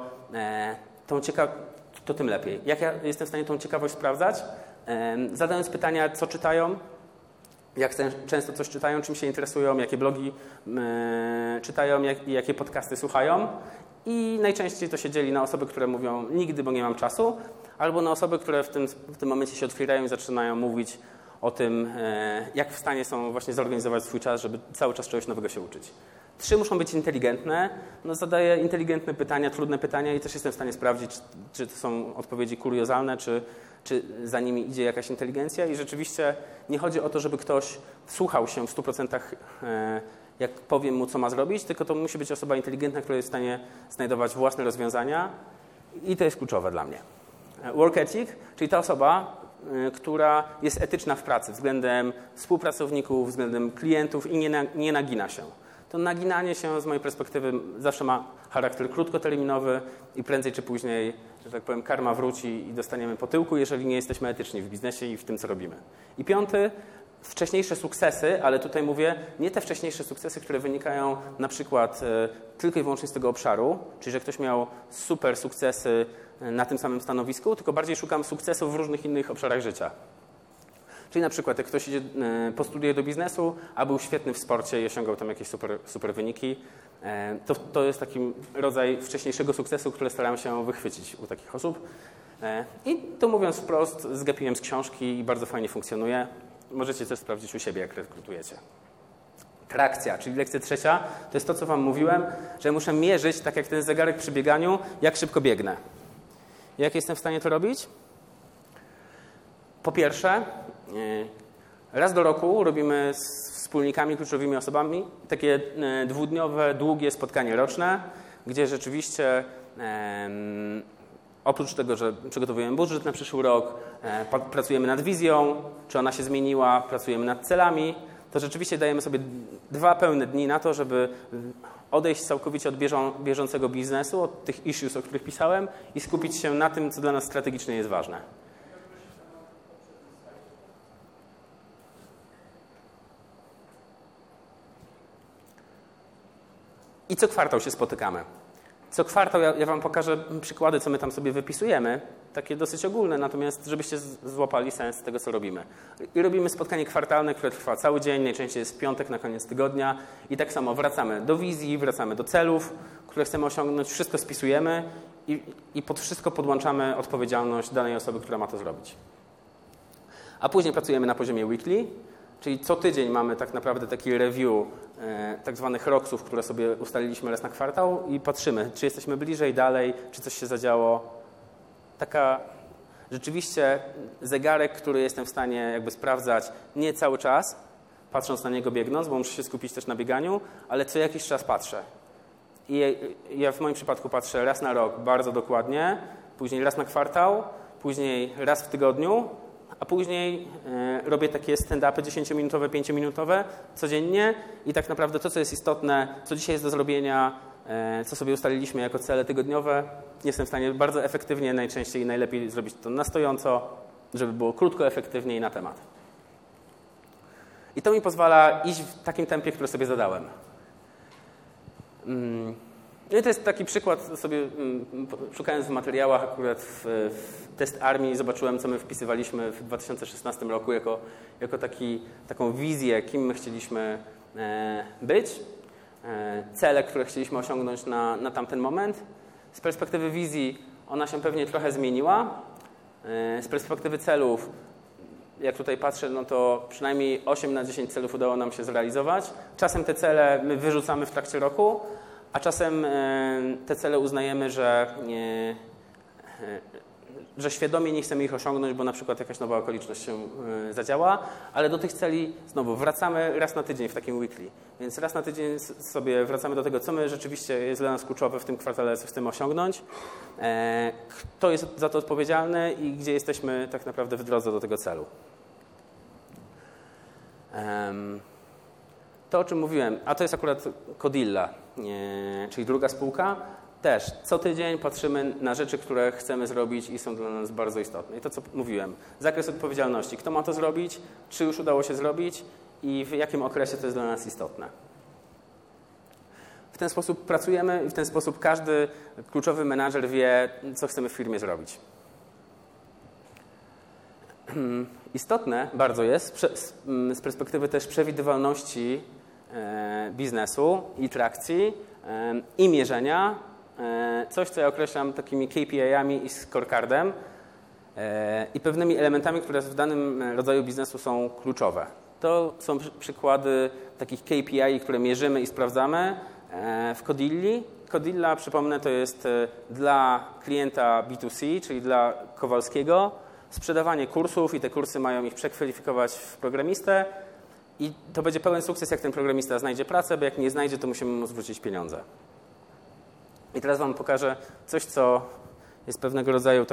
Speaker 2: to tym lepiej. Jak ja jestem w stanie tą ciekawość sprawdzać? Zadając pytania, co czytają, jak często coś czytają, czym się interesują, jakie blogi czytają, jakie podcasty słuchają. I najczęściej to się dzieli na osoby, które mówią nigdy, bo nie mam czasu, albo na osoby, które w tym momencie się otwierają i zaczynają mówić o tym, jak w stanie są właśnie zorganizować swój czas, żeby cały czas czegoś nowego się uczyć. 3 muszą być inteligentne. No, zadaję inteligentne pytania, trudne pytania i też jestem w stanie sprawdzić, czy to są odpowiedzi kuriozalne, czy za nimi idzie jakaś inteligencja. I rzeczywiście nie chodzi o to, żeby ktoś wsłuchał się w 100%, jak powiem mu, co ma zrobić, tylko to musi być osoba inteligentna, która jest w stanie znajdować własne rozwiązania i to jest kluczowe dla mnie. Work ethic, czyli ta osoba, która jest etyczna w pracy względem współpracowników, względem klientów i nie nagina się. To naginanie się z mojej perspektywy zawsze ma charakter krótkoterminowy i prędzej czy później, że tak powiem, karma wróci i dostaniemy po tyłku, jeżeli nie jesteśmy etyczni w biznesie i w tym, co robimy. I 5, wcześniejsze sukcesy, ale tutaj mówię nie te wcześniejsze sukcesy, które wynikają na przykład tylko i wyłącznie z tego obszaru, czyli że ktoś miał super sukcesy na tym samym stanowisku, tylko bardziej szukam sukcesów w różnych innych obszarach życia. Czyli na przykład jak ktoś postuluje do biznesu, a był świetny w sporcie i osiągał tam jakieś super wyniki, to jest taki rodzaj wcześniejszego sukcesu, który staram się wychwycić u takich osób. I to mówiąc wprost, zgapiłem z książki i bardzo fajnie funkcjonuje. Możecie też sprawdzić u siebie, jak rekrutujecie. Trakcja, czyli lekcja trzecia, to jest to, co wam mówiłem, że muszę mierzyć, tak jak ten zegarek przy bieganiu, jak szybko biegnę. Jak jestem w stanie to robić? Po pierwsze, raz do roku robimy z wspólnikami, kluczowymi osobami takie dwudniowe, długie spotkanie roczne, gdzie rzeczywiście oprócz tego, że przygotowujemy budżet na przyszły rok, pracujemy nad wizją, czy ona się zmieniła, pracujemy nad celami, to rzeczywiście dajemy sobie 2 pełne dni na to, żeby odejść całkowicie od bieżącego biznesu, od tych issues, o których pisałem i skupić się na tym, co dla nas strategicznie jest ważne. I co kwartał się spotykamy. Co kwartał ja wam pokażę przykłady, co my tam sobie wypisujemy, takie dosyć ogólne, natomiast żebyście złapali sens tego, co robimy. I robimy spotkanie kwartalne, które trwa cały dzień, najczęściej jest piątek na koniec tygodnia i tak samo wracamy do wizji, wracamy do celów, które chcemy osiągnąć, wszystko spisujemy i pod wszystko podłączamy odpowiedzialność danej osoby, która ma to zrobić. A później pracujemy na poziomie weekly, czyli co tydzień mamy tak naprawdę taki review tak zwanych roksów, które sobie ustaliliśmy raz na kwartał i patrzymy, czy jesteśmy bliżej, dalej, czy coś się zadziało. Taka rzeczywiście zegarek, który jestem w stanie jakby sprawdzać nie cały czas, patrząc na niego biegnąc, bo muszę się skupić też na bieganiu, ale co jakiś czas patrzę. I ja w moim przypadku patrzę raz na rok bardzo dokładnie, później raz na kwartał, później raz w tygodniu, a później robię takie stand-upy 10-minutowe, 5-minutowe codziennie i tak naprawdę to, co jest istotne, co dzisiaj jest do zrobienia, co sobie ustaliliśmy jako cele tygodniowe, jestem w stanie bardzo efektywnie, najczęściej i najlepiej zrobić to na stojąco, żeby było krótko, efektywnie i na temat. I to mi pozwala iść w takim tempie, które sobie zadałem. No i to jest taki przykład sobie, szukając w materiałach akurat w test armii, zobaczyłem, co my wpisywaliśmy w 2016 roku jako taką wizję, kim my chcieliśmy być, cele, które chcieliśmy osiągnąć na tamten moment. Z perspektywy wizji ona się pewnie trochę zmieniła. Z perspektywy celów, jak tutaj patrzę, no to przynajmniej 8 na 10 celów udało nam się zrealizować. Czasem te cele my wyrzucamy w trakcie roku, a czasem te cele uznajemy, że świadomie nie chcemy ich osiągnąć, bo na przykład jakaś nowa okoliczność się zadziała, ale do tych celi znowu wracamy raz na tydzień w takim weekly. Więc raz na tydzień sobie wracamy do tego, co my rzeczywiście jest dla nas kluczowe w tym kwartale, co chcemy osiągnąć, kto jest za to odpowiedzialny i gdzie jesteśmy tak naprawdę w drodze do tego celu. To, o czym mówiłem, a to jest akurat Codilla, czyli druga spółka, też co tydzień patrzymy na rzeczy, które chcemy zrobić i są dla nas bardzo istotne. I to, co mówiłem, zakres odpowiedzialności. Kto ma to zrobić, czy już udało się zrobić i w jakim okresie to jest dla nas istotne. W ten sposób pracujemy i w ten sposób każdy kluczowy menadżer wie, co chcemy w firmie zrobić. Istotne bardzo jest z perspektywy też przewidywalności biznesu i trakcji i mierzenia, coś, co ja określam takimi KPI-ami i scorecardem i pewnymi elementami, które w danym rodzaju biznesu są kluczowe. To są przykłady takich KPI, które mierzymy i sprawdzamy w Codilli. Codilla, przypomnę, to jest dla klienta B2C, czyli dla Kowalskiego, sprzedawanie kursów i te kursy mają ich przekwalifikować w programistę i to będzie pełen sukces, jak ten programista znajdzie pracę, bo jak nie znajdzie, to musimy mu zwrócić pieniądze. I teraz wam pokażę coś, co jest pewnego rodzaju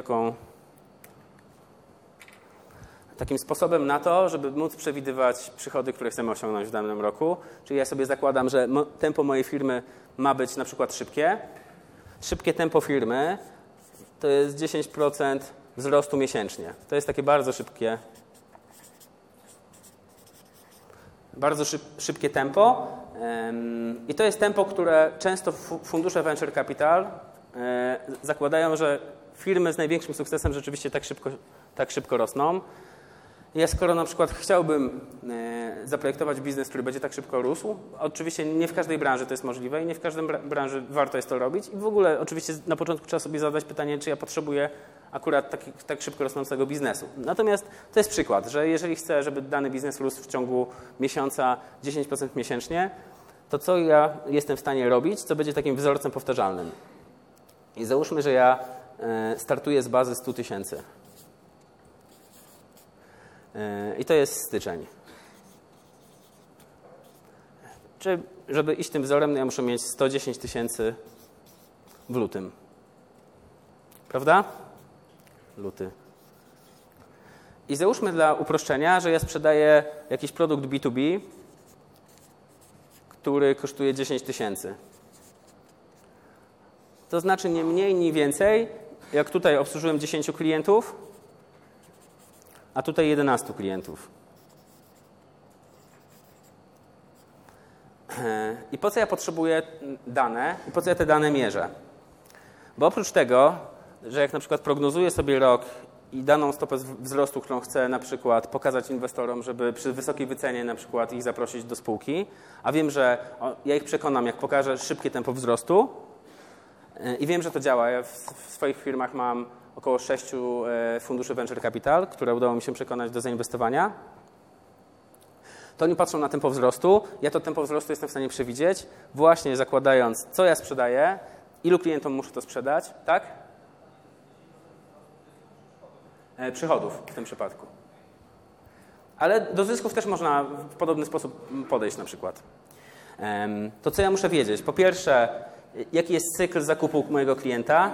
Speaker 2: takim sposobem na to, żeby móc przewidywać przychody, które chcemy osiągnąć w danym roku. Czyli ja sobie zakładam, że tempo mojej firmy ma być na przykład szybkie. Szybkie tempo firmy to jest 10% wzrostu miesięcznie. To jest takie bardzo szybkie tempo i to jest tempo, które często fundusze venture capital zakładają, że firmy z największym sukcesem rzeczywiście tak szybko rosną. Ja skoro na przykład chciałbym zaprojektować biznes, który będzie tak szybko rósł, oczywiście nie w każdej branży to jest możliwe i nie w każdej branży warto jest to robić i w ogóle oczywiście na początku trzeba sobie zadać pytanie, czy ja potrzebuję akurat tak szybko rosnącego biznesu. Natomiast to jest przykład, że jeżeli chcę, żeby dany biznes rósł w ciągu miesiąca 10% miesięcznie, to co ja jestem w stanie robić, co będzie takim wzorcem powtarzalnym. I załóżmy, że ja startuję z bazy 100 000. I to jest styczeń. Czy żeby iść tym wzorem, ja muszę mieć 110 000 w lutym. Prawda? Luty. I załóżmy dla uproszczenia, że ja sprzedaję jakiś produkt B2B, który kosztuje 10 000. To znaczy nie mniej, nie więcej, jak tutaj obsłużyłem 10 klientów, a tutaj 11 klientów. I po co ja potrzebuję dane i po co ja te dane mierzę? Bo oprócz tego, że jak na przykład prognozuję sobie rok i daną stopę wzrostu, którą chcę na przykład pokazać inwestorom, żeby przy wysokiej wycenie na przykład ich zaprosić do spółki, a wiem, że ja ich przekonam, jak pokażę szybkie tempo wzrostu i wiem, że to działa. Ja w swoich firmach mam około 6 funduszy venture capital, które udało mi się przekonać do zainwestowania. To oni patrzą na tempo wzrostu. Ja to tempo wzrostu jestem w stanie przewidzieć, właśnie zakładając, co ja sprzedaję, ilu klientom muszę to sprzedać, tak? Przychodów w tym przypadku. Ale do zysków też można w podobny sposób podejść na przykład. To co ja muszę wiedzieć? Po pierwsze, jaki jest cykl zakupu mojego klienta?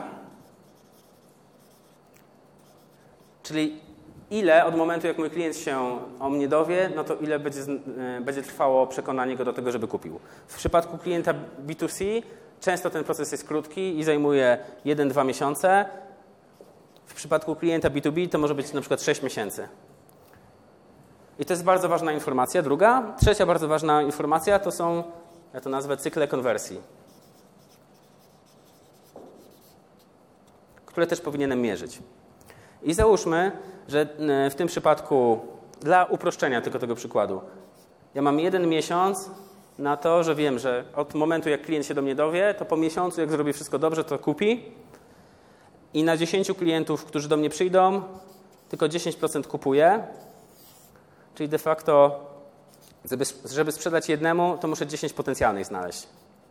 Speaker 2: Czyli ile od momentu, jak mój klient się o mnie dowie, no to ile będzie trwało przekonanie go do tego, żeby kupił. W przypadku klienta B2C często ten proces jest krótki i zajmuje 1-2 miesiące. W przypadku klienta B2B to może być na przykład 6 miesięcy. I to jest bardzo ważna informacja. Druga, trzecia bardzo ważna informacja to są, ja to nazwę cykle konwersji, które też powinienem mierzyć. I załóżmy, że w tym przypadku, dla uproszczenia tylko tego przykładu, ja mam 1 miesiąc na to, że wiem, że od momentu, jak klient się do mnie dowie, to po miesiącu, jak zrobię wszystko dobrze, to kupi. I na 10 klientów, którzy do mnie przyjdą, tylko 10% kupuje. Czyli de facto, żeby sprzedać jednemu, to muszę 10 potencjalnych znaleźć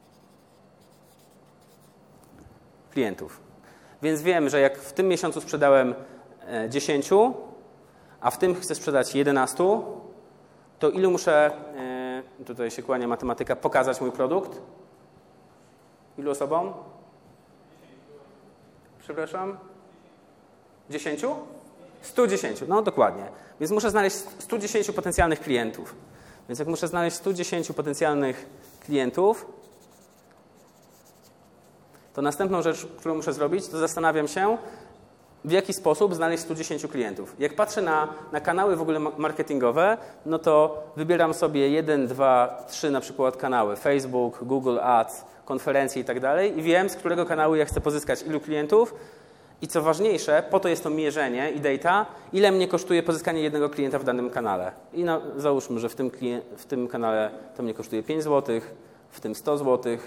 Speaker 2: klientów. Więc wiem, że jak w tym miesiącu sprzedałem 10, a w tym chcę sprzedać 11, to ilu muszę, tutaj się kłania matematyka, pokazać mój produkt? Ilu osobom? Przepraszam? 10? 110, no dokładnie. Więc muszę znaleźć 110 potencjalnych klientów. Więc jak muszę znaleźć 110 potencjalnych klientów, to następną rzecz, którą muszę zrobić, to zastanawiam się, w jaki sposób znaleźć 110 klientów. Jak patrzę na kanały w ogóle marketingowe, no to wybieram sobie 1, 2, 3 na przykład kanały. Facebook, Google Ads, konferencje i tak dalej i wiem, z którego kanału ja chcę pozyskać ilu klientów i co ważniejsze, po to jest to mierzenie i data, ile mnie kosztuje pozyskanie jednego klienta w danym kanale. I załóżmy, że w tym kanale to mnie kosztuje 5 zł, w tym 100 zł,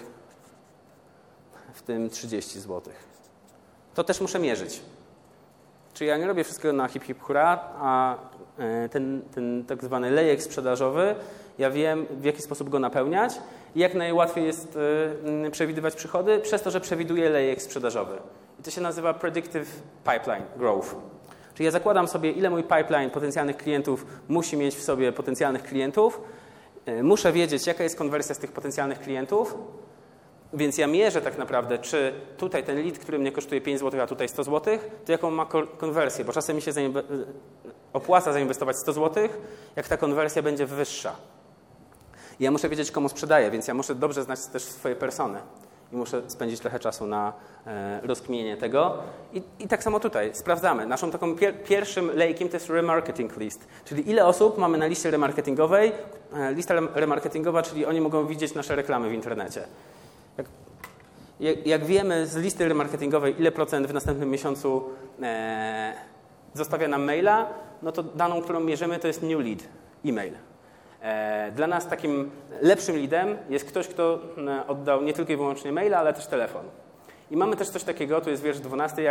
Speaker 2: w tym 30 zł. To też muszę mierzyć. Czyli ja nie robię wszystkiego na hip hip hura, a ten tak zwany lejek sprzedażowy, ja wiem, w jaki sposób go napełniać i jak najłatwiej jest przewidywać przychody przez to, że przewiduję lejek sprzedażowy. I to się nazywa Predictive Pipeline Growth. Czyli ja zakładam sobie, ile mój pipeline potencjalnych klientów musi mieć w sobie potencjalnych klientów. Muszę wiedzieć, jaka jest konwersja z tych potencjalnych klientów. Więc ja mierzę tak naprawdę, czy tutaj ten lead, który mnie kosztuje 5 zł, a tutaj 100 zł, to jaką ma konwersję, bo czasem mi się opłaca zainwestować 100 zł, jak ta konwersja będzie wyższa. I ja muszę wiedzieć, komu sprzedaję, więc ja muszę dobrze znać też swoje persony i muszę spędzić trochę czasu na rozkminienie tego. I tak samo tutaj sprawdzamy. Naszą taką pierwszym lejkiem to jest remarketing list, czyli ile osób mamy na liście remarketingowej. Lista remarketingowa, czyli oni mogą widzieć nasze reklamy w internecie. Jak wiemy z listy remarketingowej, ile procent w następnym miesiącu zostawia nam maila, no to daną, którą mierzymy, to jest new lead, e-mail. Dla nas takim lepszym leadem jest ktoś, kto oddał nie tylko i wyłącznie maila, ale też telefon. I mamy też coś takiego, tu jest wiersz 12,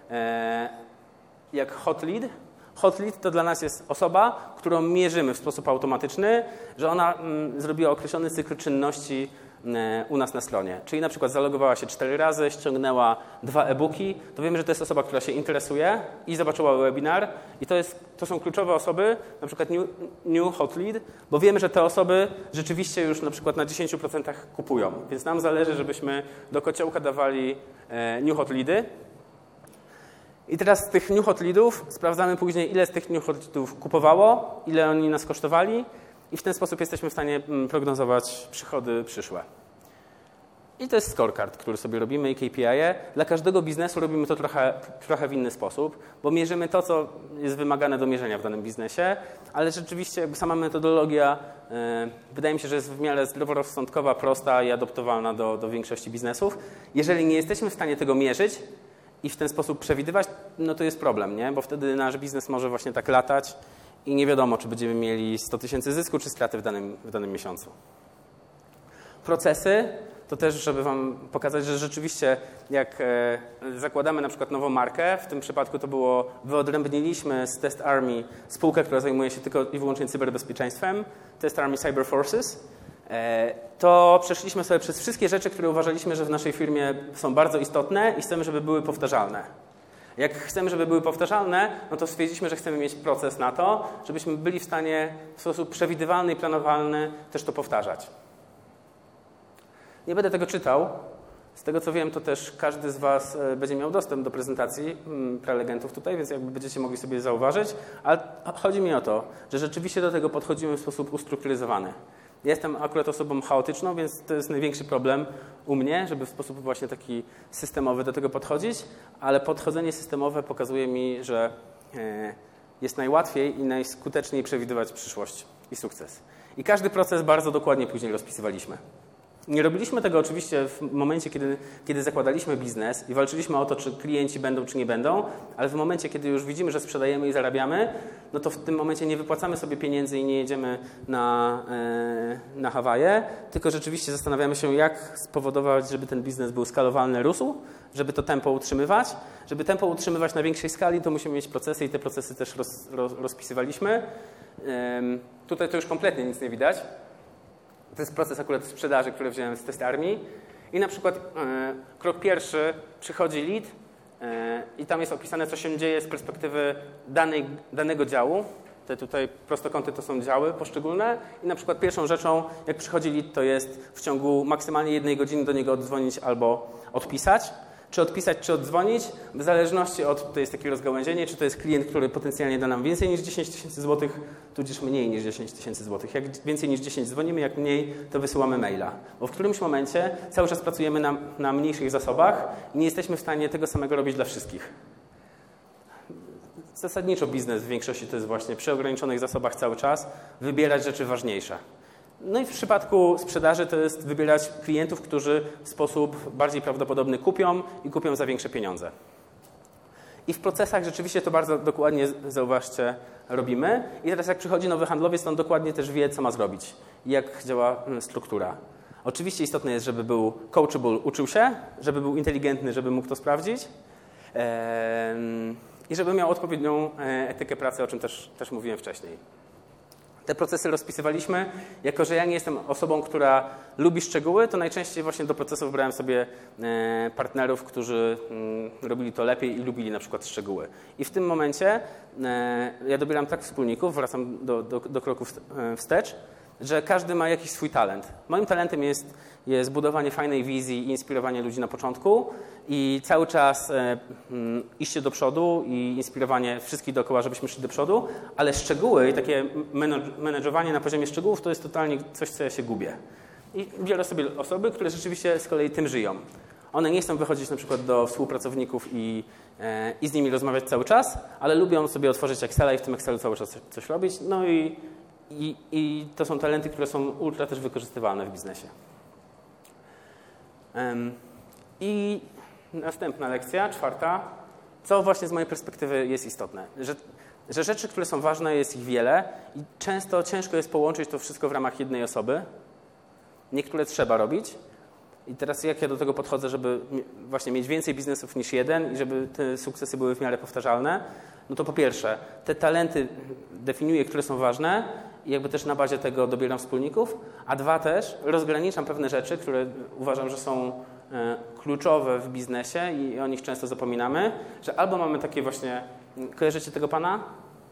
Speaker 2: jak hot lead. Hot lead to dla nas jest osoba, którą mierzymy w sposób automatyczny, że ona zrobiła określony cykl czynności u nas na stronie. Czyli na przykład zalogowała się 4 razy, ściągnęła 2 e-booki, to wiemy, że to jest osoba, która się interesuje i zobaczyła webinar. I to są kluczowe osoby, na przykład new hot lead, bo wiemy, że te osoby rzeczywiście już na przykład na 10% kupują. Więc nam zależy, żebyśmy do kociołka dawali new hot leady. I teraz z tych new hot leadów sprawdzamy później, ile z tych new hot leadów kupowało, ile oni nas kosztowali i w ten sposób jesteśmy w stanie prognozować przychody przyszłe. I to jest scorecard, który sobie robimy i KPI-e. Dla każdego biznesu robimy to trochę w inny sposób, bo mierzymy to, co jest wymagane do mierzenia w danym biznesie, ale rzeczywiście sama metodologia wydaje mi się, że jest w miarę zdroworozsądkowa, prosta i adoptowalna do większości biznesów. Jeżeli nie jesteśmy w stanie tego mierzyć i w ten sposób przewidywać, no to jest problem, nie? Bo wtedy nasz biznes może właśnie tak latać i nie wiadomo, czy będziemy mieli 100 000 zysku, czy straty w danym miesiącu. Procesy to też, żeby wam pokazać, że rzeczywiście jak zakładamy na przykład nową markę, w tym przypadku to było, wyodrębniliśmy z Test Army spółkę, która zajmuje się tylko i wyłącznie cyberbezpieczeństwem, Test Army Cyber Forces, to przeszliśmy sobie przez wszystkie rzeczy, które uważaliśmy, że w naszej firmie są bardzo istotne i chcemy, żeby były powtarzalne. Jak chcemy, żeby były powtarzalne, no to stwierdziliśmy, że chcemy mieć proces na to, żebyśmy byli w stanie w sposób przewidywalny i planowalny też to powtarzać. Nie będę tego czytał. Z tego co wiem, to też każdy z was będzie miał dostęp do prezentacji prelegentów tutaj, więc jakby będziecie mogli sobie zauważyć. Ale chodzi mi o to, że rzeczywiście do tego podchodzimy w sposób ustrukturyzowany. Ja jestem akurat osobą chaotyczną, więc to jest największy problem u mnie, żeby w sposób właśnie taki systemowy do tego podchodzić, ale podchodzenie systemowe pokazuje mi, że jest najłatwiej i najskuteczniej przewidywać przyszłość i sukces. I każdy proces bardzo dokładnie później rozpisywaliśmy. Nie robiliśmy tego oczywiście w momencie, kiedy zakładaliśmy biznes i walczyliśmy o to, czy klienci będą, czy nie będą, ale w momencie, kiedy już widzimy, że sprzedajemy i zarabiamy, no to w tym momencie nie wypłacamy sobie pieniędzy i nie jedziemy na Hawaje, tylko rzeczywiście zastanawiamy się, jak spowodować, żeby ten biznes był skalowalny, rósł, żeby to tempo utrzymywać. Żeby tempo utrzymywać na większej skali, to musimy mieć procesy i te procesy też rozpisywaliśmy. Tutaj to już kompletnie nic nie widać. To jest proces akurat sprzedaży, który wziąłem z Test Army. I na przykład krok pierwszy, przychodzi lead i tam jest opisane, co się dzieje z perspektywy danego działu. Te tutaj prostokąty to są działy poszczególne. I na przykład pierwszą rzeczą, jak przychodzi lead, to jest w ciągu maksymalnie 1 godziny do niego oddzwonić albo odpisać. Czy odpisać, czy oddzwonić, w zależności od, to jest takie rozgałęzienie, czy to jest klient, który potencjalnie da nam więcej niż 10 000 złotych, tudzież mniej niż 10 000 złotych. Jak więcej niż 10 dzwonimy, jak mniej, to wysyłamy maila. Bo w którymś momencie cały czas pracujemy na mniejszych zasobach i nie jesteśmy w stanie tego samego robić dla wszystkich. Zasadniczo biznes w większości to jest właśnie przy ograniczonych zasobach cały czas wybierać rzeczy ważniejsze. No i w przypadku sprzedaży to jest wybierać klientów, którzy w sposób bardziej prawdopodobny kupią i kupią za większe pieniądze. I w procesach rzeczywiście to bardzo dokładnie, zauważcie, robimy. I teraz jak przychodzi nowy handlowiec, to on dokładnie też wie, co ma zrobić i jak działa struktura. Oczywiście istotne jest, żeby był coachable, uczył się, żeby był inteligentny, żeby mógł to sprawdzić i żeby miał odpowiednią etykę pracy, o czym też mówiłem wcześniej. Te procesy rozpisywaliśmy. Jako że ja nie jestem osobą, która lubi szczegóły, to najczęściej właśnie do procesów brałem sobie partnerów, którzy robili to lepiej i lubili na przykład szczegóły. I w tym momencie ja dobieram tak wspólników, wracam do kroków wstecz, że każdy ma jakiś swój talent. Moim talentem jest budowanie fajnej wizji i inspirowanie ludzi na początku i cały czas iście do przodu i inspirowanie wszystkich dookoła, żebyśmy szli do przodu, ale szczegóły i takie menedżowanie na poziomie szczegółów to jest totalnie coś, co ja się gubię. I biorę sobie osoby, które rzeczywiście z kolei tym żyją. One nie chcą wychodzić na przykład do współpracowników i z nimi rozmawiać cały czas, ale lubią sobie otworzyć Excela i w tym Excelu cały czas coś robić. No i to są talenty, które są ultra też wykorzystywane w biznesie. I następna lekcja, 4. Co właśnie z mojej perspektywy jest istotne? Że rzeczy, które są ważne, jest ich wiele i często ciężko jest połączyć to wszystko w ramach jednej osoby. Niektóre trzeba robić. I teraz jak ja do tego podchodzę, żeby właśnie mieć więcej biznesów niż jeden i żeby te sukcesy były w miarę powtarzalne? No to po pierwsze, te talenty definiuję, które są ważne i jakby też na bazie tego dobieram wspólników, a dwa też rozgraniczam pewne rzeczy, które uważam, że są kluczowe w biznesie i o nich często zapominamy, że albo mamy takie właśnie, kojarzycie tego pana?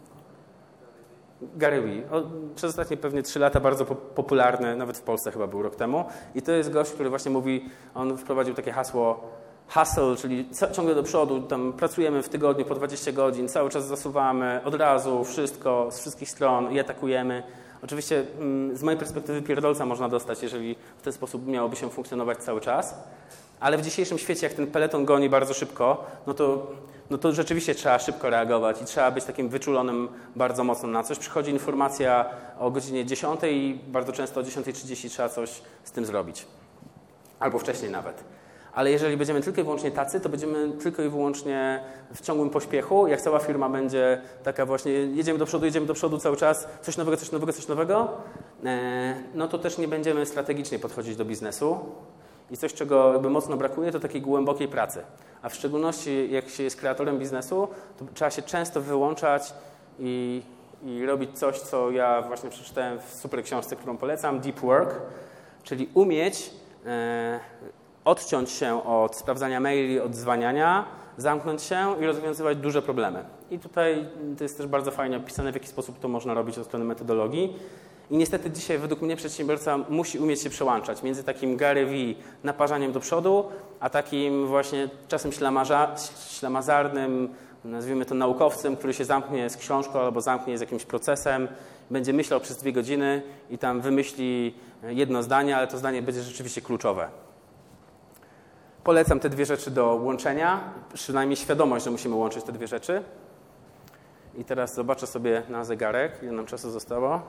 Speaker 2: Gary Vee. Przez ostatnie pewnie 3 lata bardzo popularny, nawet w Polsce chyba był rok temu. I to jest gość, który właśnie mówi, on wprowadził takie hasło hustle, czyli ciągle do przodu, tam pracujemy w tygodniu po 20 godzin, cały czas zasuwamy, od razu wszystko, z wszystkich stron i atakujemy. Oczywiście z mojej perspektywy pierdolca można dostać, jeżeli w ten sposób miałoby się funkcjonować cały czas. Ale w dzisiejszym świecie, jak ten peleton goni bardzo szybko, no to rzeczywiście trzeba szybko reagować i trzeba być takim wyczulonym bardzo mocno na coś. Przychodzi informacja o godzinie 10 i bardzo często o 10:30 trzeba coś z tym zrobić. Albo wcześniej nawet. Ale jeżeli będziemy tylko i wyłącznie tacy, to będziemy tylko i wyłącznie w ciągłym pośpiechu. Jak cała firma będzie taka właśnie, jedziemy do przodu cały czas, coś nowego, no to też nie będziemy strategicznie podchodzić do biznesu. I coś, czego jakby mocno brakuje, to takiej głębokiej pracy. A w szczególności jak się jest kreatorem biznesu, to trzeba się często wyłączać i robić coś, co ja właśnie przeczytałem w super książce, którą polecam, Deep Work, czyli umieć odciąć się od sprawdzania maili, od dzwaniania, zamknąć się i rozwiązywać duże problemy. I tutaj to jest też bardzo fajnie opisane, w jaki sposób to można robić od strony metodologii. I niestety dzisiaj według mnie przedsiębiorca musi umieć się przełączać między takim Gary Vee naparzaniem do przodu, a takim właśnie czasem ślamazarnym, nazwijmy to naukowcem, który się zamknie z książką albo zamknie z jakimś procesem, będzie myślał przez 2 godziny i tam wymyśli jedno zdanie, ale to zdanie będzie rzeczywiście kluczowe. Polecam te 2 rzeczy do łączenia, przynajmniej świadomość, że musimy łączyć te 2 rzeczy. I teraz zobaczę sobie na zegarek, ile nam czasu zostało.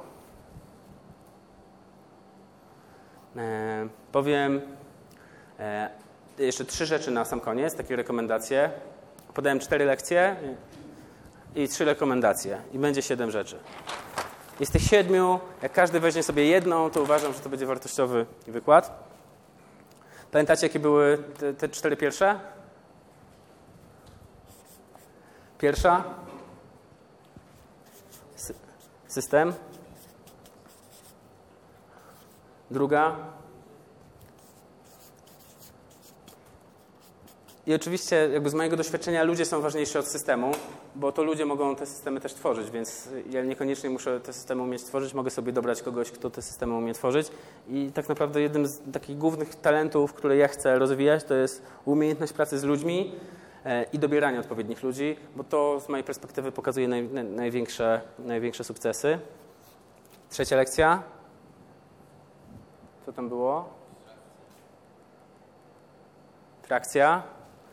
Speaker 2: Powiem jeszcze 3 rzeczy na sam koniec, takie rekomendacje. Podałem 4 lekcje i 3 rekomendacje i będzie 7 rzeczy. Z tych 7, jak każdy weźmie sobie jedną, to uważam, że to będzie wartościowy wykład. Pamiętacie, jakie były te 4 pierwsze? Pierwsza? System. Druga. I oczywiście jakby z mojego doświadczenia ludzie są ważniejsi od systemu, bo to ludzie mogą te systemy też tworzyć, więc ja niekoniecznie muszę te systemy umieć tworzyć, mogę sobie dobrać kogoś, kto te systemy umie tworzyć. I tak naprawdę jednym z takich głównych talentów, które ja chcę rozwijać, to jest umiejętność pracy z ludźmi i dobieranie odpowiednich ludzi, bo to z mojej perspektywy pokazuje największe sukcesy. 3. lekcja. Co tam było? Trakcja.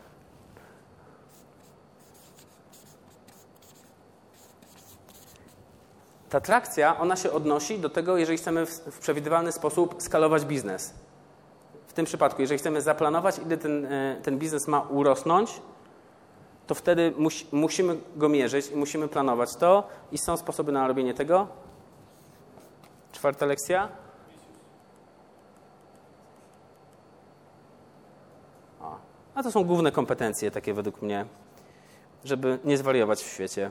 Speaker 2: Ta trakcja, ona się odnosi do tego, jeżeli chcemy w przewidywalny sposób skalować biznes. W tym przypadku, jeżeli chcemy zaplanować, ile ten biznes ma urosnąć, to wtedy musimy go mierzyć i musimy planować to i są sposoby na robienie tego. 4. lekcja. A to są główne kompetencje takie według mnie, żeby nie zwariować w świecie.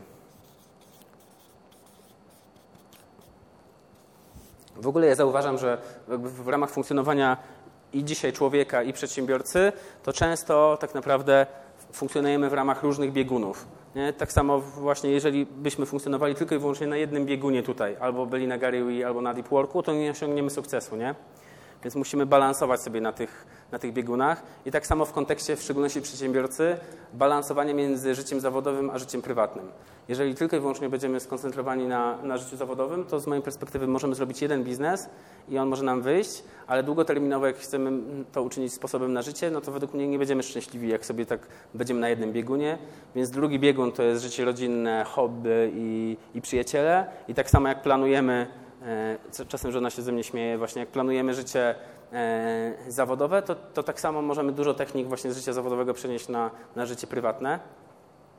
Speaker 2: W ogóle ja zauważam, że w ramach funkcjonowania i dzisiaj człowieka, i przedsiębiorcy, to często tak naprawdę funkcjonujemy w ramach różnych biegunów. Nie? Tak samo właśnie jeżeli byśmy funkcjonowali tylko i wyłącznie na jednym biegunie tutaj, albo byli na Gary Vee, albo na Deep Worku, to nie osiągniemy sukcesu, nie? Więc musimy balansować sobie na tych biegunach i tak samo w kontekście, w szczególności przedsiębiorcy, balansowanie między życiem zawodowym a życiem prywatnym. Jeżeli tylko i wyłącznie będziemy skoncentrowani na życiu zawodowym, to z mojej perspektywy możemy zrobić jeden biznes i on może nam wyjść, ale długoterminowo, jak chcemy to uczynić sposobem na życie, no to według mnie nie będziemy szczęśliwi, jak sobie tak będziemy na jednym biegunie. Więc drugi biegun to jest życie rodzinne, hobby i przyjaciele. I tak samo jak planujemy, czasem żona się ze mnie śmieje, właśnie jak planujemy życie zawodowe, to tak samo możemy dużo technik właśnie z życia zawodowego przenieść na życie prywatne.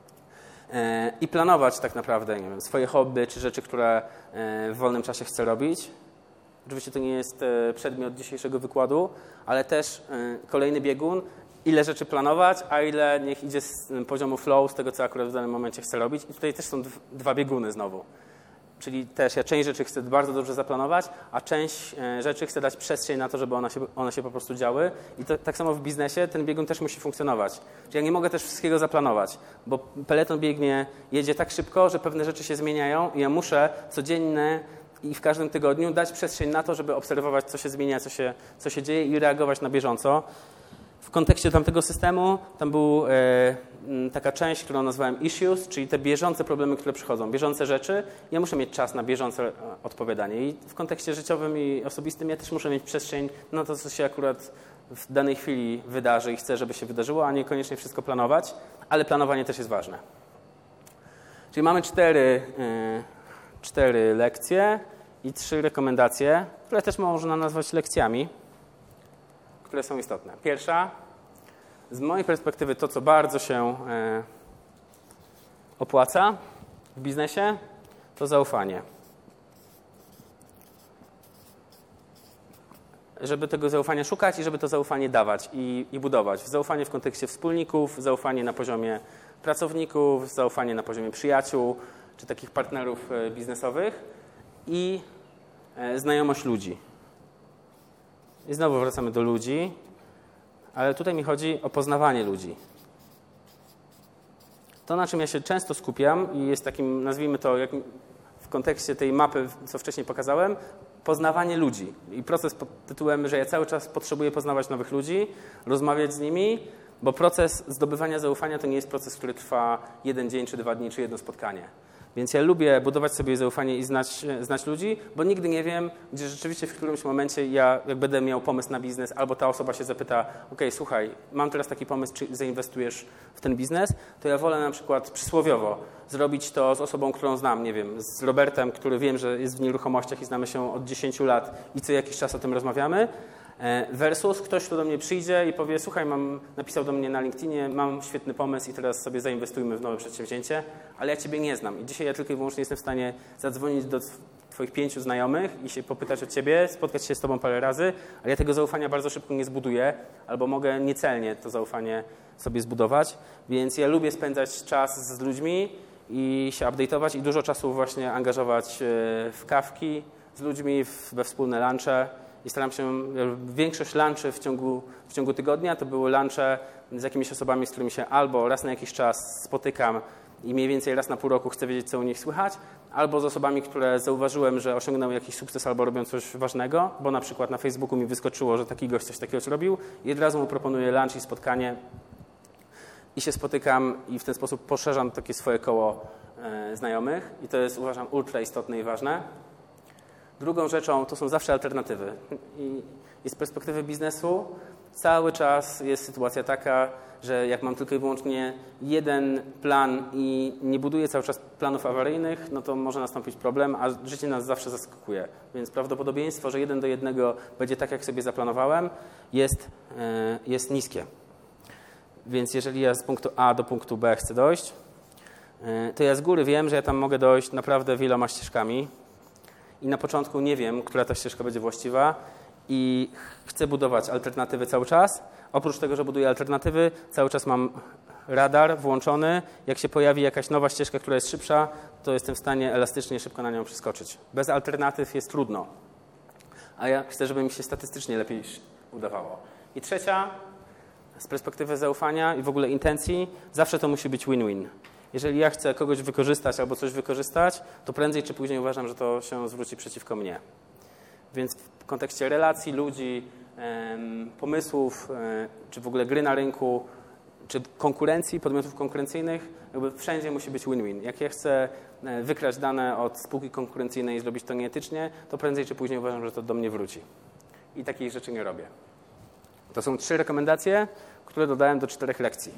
Speaker 2: i planować tak naprawdę, nie wiem, swoje hobby czy rzeczy, które w wolnym czasie chcę robić. Oczywiście to nie jest przedmiot dzisiejszego wykładu, ale też kolejny biegun, ile rzeczy planować, a ile niech idzie z poziomu flow, z tego, co akurat w danym momencie chcę robić. I tutaj też są dwa bieguny znowu. Czyli też ja część rzeczy chcę bardzo dobrze zaplanować, a część rzeczy chcę dać przestrzeń na to, żeby one się po prostu działy. I to tak samo w biznesie ten biegun też musi funkcjonować. Czyli ja nie mogę też wszystkiego zaplanować, bo peleton jedzie tak szybko, że pewne rzeczy się zmieniają i ja muszę codziennie i w każdym tygodniu dać przestrzeń na to, żeby obserwować, co się zmienia, co się dzieje i reagować na bieżąco. W kontekście tamtego systemu tam była taka część, którą nazwałem issues, czyli te bieżące problemy, które przychodzą, bieżące rzeczy. Ja muszę mieć czas na bieżące odpowiadanie i w kontekście życiowym i osobistym ja też muszę mieć przestrzeń na to, co się akurat w danej chwili wydarzy i chcę, żeby się wydarzyło, a niekoniecznie wszystko planować, ale planowanie też jest ważne. Czyli mamy cztery lekcje i 3 rekomendacje, które też można nazwać lekcjami, które są istotne. Pierwsza, z mojej perspektywy to, co bardzo się opłaca w biznesie, to zaufanie. Żeby tego zaufania szukać i żeby to zaufanie dawać i budować. Zaufanie w kontekście wspólników, zaufanie na poziomie pracowników, zaufanie na poziomie przyjaciół czy takich partnerów biznesowych i znajomość ludzi. I znowu wracamy do ludzi, ale tutaj mi chodzi o poznawanie ludzi. To, na czym ja się często skupiam i jest takim, nazwijmy to, jak w kontekście tej mapy, co wcześniej pokazałem, poznawanie ludzi. I proces pod tytułem, że ja cały czas potrzebuję poznawać nowych ludzi, rozmawiać z nimi, bo proces zdobywania zaufania to nie jest proces, który trwa 1 dzień, czy 2 dni, czy 1 spotkanie. Więc ja lubię budować sobie zaufanie i znać ludzi, bo nigdy nie wiem, gdzie rzeczywiście w którymś momencie jak będę miał pomysł na biznes, albo ta osoba się zapyta, słuchaj, mam teraz taki pomysł, czy zainwestujesz w ten biznes, to ja wolę na przykład przysłowiowo zrobić to z osobą, którą znam, nie wiem, z Robertem, który wiem, że jest w nieruchomościach i znamy się od 10 lat i co jakiś czas o tym rozmawiamy, versus ktoś, kto do mnie przyjdzie i powie, słuchaj, napisał do mnie na LinkedInie, mam świetny pomysł i teraz sobie zainwestujmy w nowe przedsięwzięcie, ale ja Ciebie nie znam i dzisiaj ja tylko i wyłącznie jestem w stanie zadzwonić do Twoich 5 znajomych i się popytać o Ciebie, spotkać się z Tobą parę razy, ale ja tego zaufania bardzo szybko nie zbuduję albo mogę niecelnie to zaufanie sobie zbudować, więc ja lubię spędzać czas z ludźmi i się update'ować i dużo czasu właśnie angażować w kawki z ludźmi, we wspólne lunche. I staram się, większość lunchy w ciągu tygodnia to były lunche z jakimiś osobami, z którymi się albo raz na jakiś czas spotykam i mniej więcej raz na pół roku chcę wiedzieć, co u nich słychać, albo z osobami, które zauważyłem, że osiągnęły jakiś sukces albo robią coś ważnego, bo na przykład na Facebooku mi wyskoczyło, że taki gość coś takiego zrobił i od razu mu proponuję lunch i spotkanie i się spotykam i w ten sposób poszerzam takie swoje koło znajomych i to jest, uważam, ultra istotne i ważne. Drugą rzeczą to są zawsze alternatywy. I z perspektywy biznesu cały czas jest sytuacja taka, że jak mam tylko i wyłącznie jeden plan i nie buduję cały czas planów awaryjnych, no to może nastąpić problem, a życie nas zawsze zaskakuje. Więc prawdopodobieństwo, że 1 do 1 będzie tak, jak sobie zaplanowałem, jest niskie. Więc jeżeli ja z punktu A do punktu B chcę dojść, to ja z góry wiem, że ja tam mogę dojść naprawdę wieloma ścieżkami. I na początku nie wiem, która ta ścieżka będzie właściwa i chcę budować alternatywy cały czas. Oprócz tego, że buduję alternatywy, cały czas mam radar włączony. Jak się pojawi jakaś nowa ścieżka, która jest szybsza, to jestem w stanie elastycznie szybko na nią przeskoczyć. Bez alternatyw jest trudno, a ja chcę, żeby mi się statystycznie lepiej udawało. I trzecia, z perspektywy zaufania i w ogóle intencji, zawsze to musi być win-win. Jeżeli ja chcę kogoś wykorzystać albo coś wykorzystać, to prędzej czy później uważam, że to się zwróci przeciwko mnie. Więc w kontekście relacji, ludzi, pomysłów, czy w ogóle gry na rynku, czy konkurencji, podmiotów konkurencyjnych, jakby wszędzie musi być win-win. Jak ja chcę wykraść dane od spółki konkurencyjnej i zrobić to nieetycznie, to prędzej czy później uważam, że to do mnie wróci. I takich rzeczy nie robię. To są 3 rekomendacje, które dodałem do 4 lekcji.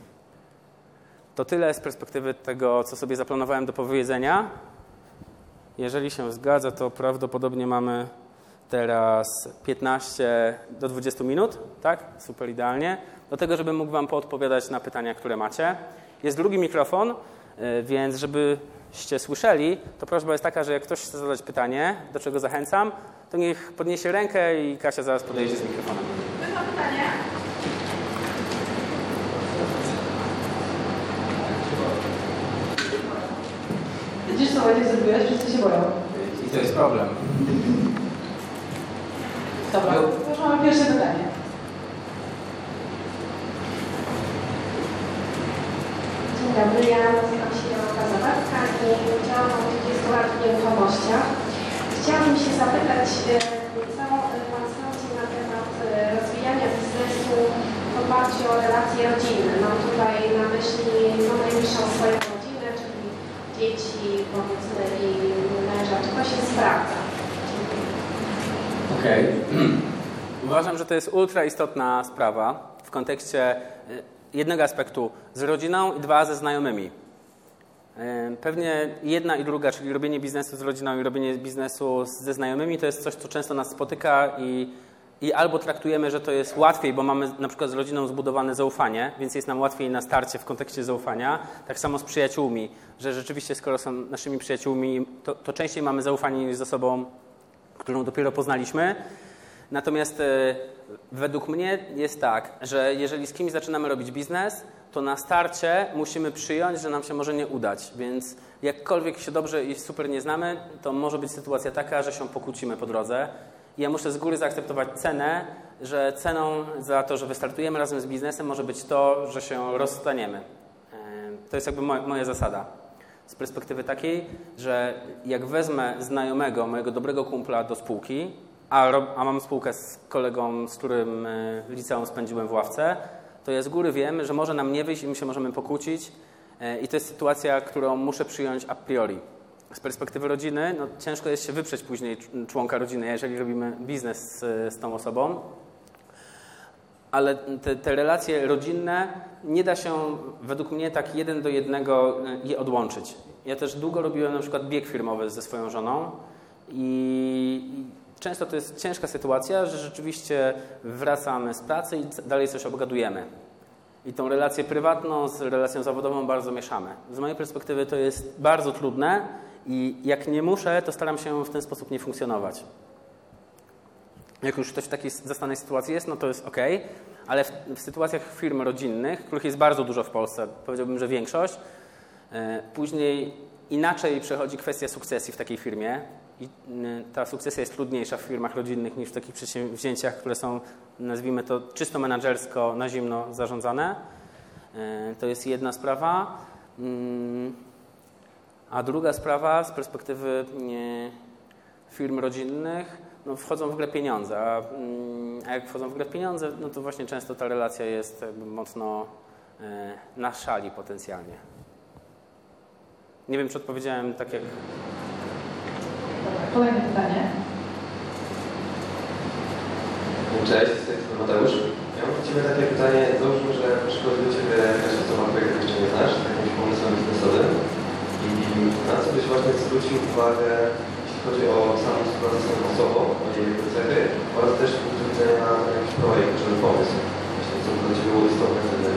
Speaker 2: To tyle z perspektywy tego, co sobie zaplanowałem do powiedzenia. Jeżeli się zgadza, to prawdopodobnie mamy teraz 15 do 20 minut, tak? Super idealnie. Do tego, żebym mógł Wam poodpowiadać na pytania, które macie. Jest drugi mikrofon. Więc żebyście słyszeli, to prośba jest taka, że jak ktoś chce zadać pytanie, do czego zachęcam, to niech podniesie rękę i Kasia zaraz podejdzie z mikrofonem.
Speaker 3: Mam pytanie. Widzisz, co ładnie zrobiłeś? Wszyscy się boją.
Speaker 2: I to jest problem.
Speaker 3: Dobra, już mamy pierwsze pytanie.
Speaker 4: Dzień dobry, ja nazywam się Jolanta Zawadzka i działam od 20 lat w nieruchomościach. Chciałabym się zapytać, co Pan sądzi na temat rozwijania biznesu w oparciu o relacje rodzinne. Mam tutaj na myśli najbliższą swoją rodzinę, czyli dzieci, powiedzmy, i męża. Czy to się sprawdza?
Speaker 2: Okej. Uważam, że to jest ultra istotna sprawa w kontekście jednego aspektu z rodziną i dwa ze znajomymi. Pewnie jedna i druga, czyli robienie biznesu z rodziną i robienie biznesu ze znajomymi, to jest coś, co często nas spotyka i albo traktujemy, że to jest łatwiej, bo mamy na przykład z rodziną zbudowane zaufanie, więc jest nam łatwiej na starcie w kontekście zaufania. Tak samo z przyjaciółmi, że rzeczywiście skoro są naszymi przyjaciółmi, to częściej mamy zaufanie niż z osobą, którą dopiero poznaliśmy. Natomiast według mnie jest tak, że jeżeli z kimś zaczynamy robić biznes, to na starcie musimy przyjąć, że nam się może nie udać. Więc jakkolwiek się dobrze i super nie znamy, to może być sytuacja taka, że się pokłócimy po drodze. I ja muszę z góry zaakceptować cenę, że ceną za to, że wystartujemy razem z biznesem, może być to, że się rozstaniemy. To jest jakby moja zasada. Z perspektywy takiej, że jak wezmę znajomego, mojego dobrego kumpla do spółki, a mam spółkę z kolegą, z którym liceum spędziłem w ławce, to ja z góry wiem, że może nam nie wyjść i my się możemy pokłócić i to jest sytuacja, którą muszę przyjąć a priori. Z perspektywy rodziny, no, ciężko jest się wyprzeć później członka rodziny, jeżeli robimy biznes z tą osobą, ale te relacje rodzinne nie da się według mnie tak 1 do 1 je odłączyć. Ja też długo robiłem na przykład bieg firmowy ze swoją żoną i często to jest ciężka sytuacja, że rzeczywiście wracamy z pracy i dalej coś obgadujemy. I tą relację prywatną z relacją zawodową bardzo mieszamy. Z mojej perspektywy to jest bardzo trudne i jak nie muszę, to staram się w ten sposób nie funkcjonować. Jak już ktoś w takiej zastanej sytuacji jest, no to jest ok, ale w sytuacjach firm rodzinnych, których jest bardzo dużo w Polsce, powiedziałbym, że większość, później inaczej przechodzi kwestia sukcesji w takiej firmie i ta sukcesja jest trudniejsza w firmach rodzinnych niż w takich przedsięwzięciach, które są, nazwijmy to, czysto menadżersko, na zimno zarządzane. To jest jedna sprawa. A druga sprawa z perspektywy firm rodzinnych, no wchodzą w grę pieniądze, a jak wchodzą w grę pieniądze, no to właśnie często ta relacja jest jakby mocno na szali potencjalnie. Nie wiem, czy odpowiedziałem tak jak...
Speaker 3: Kolejne pytanie.
Speaker 5: Cześć, z tej strony Mateusz. Ja mam do Ciebie takie pytanie. Załóżmy, że przychodzi do Ciebie jakaś osoba, której jeszcze nie znasz, z jakimś pomysłem biznesowym i na co byś właśnie zwrócił uwagę, jeśli chodzi o samą współpracę z tą osobą, o jej cechy oraz też z punktu widzenia na jakiś projekt czy pomysł. Właśnie co dla Ciebie było istotne wtedy.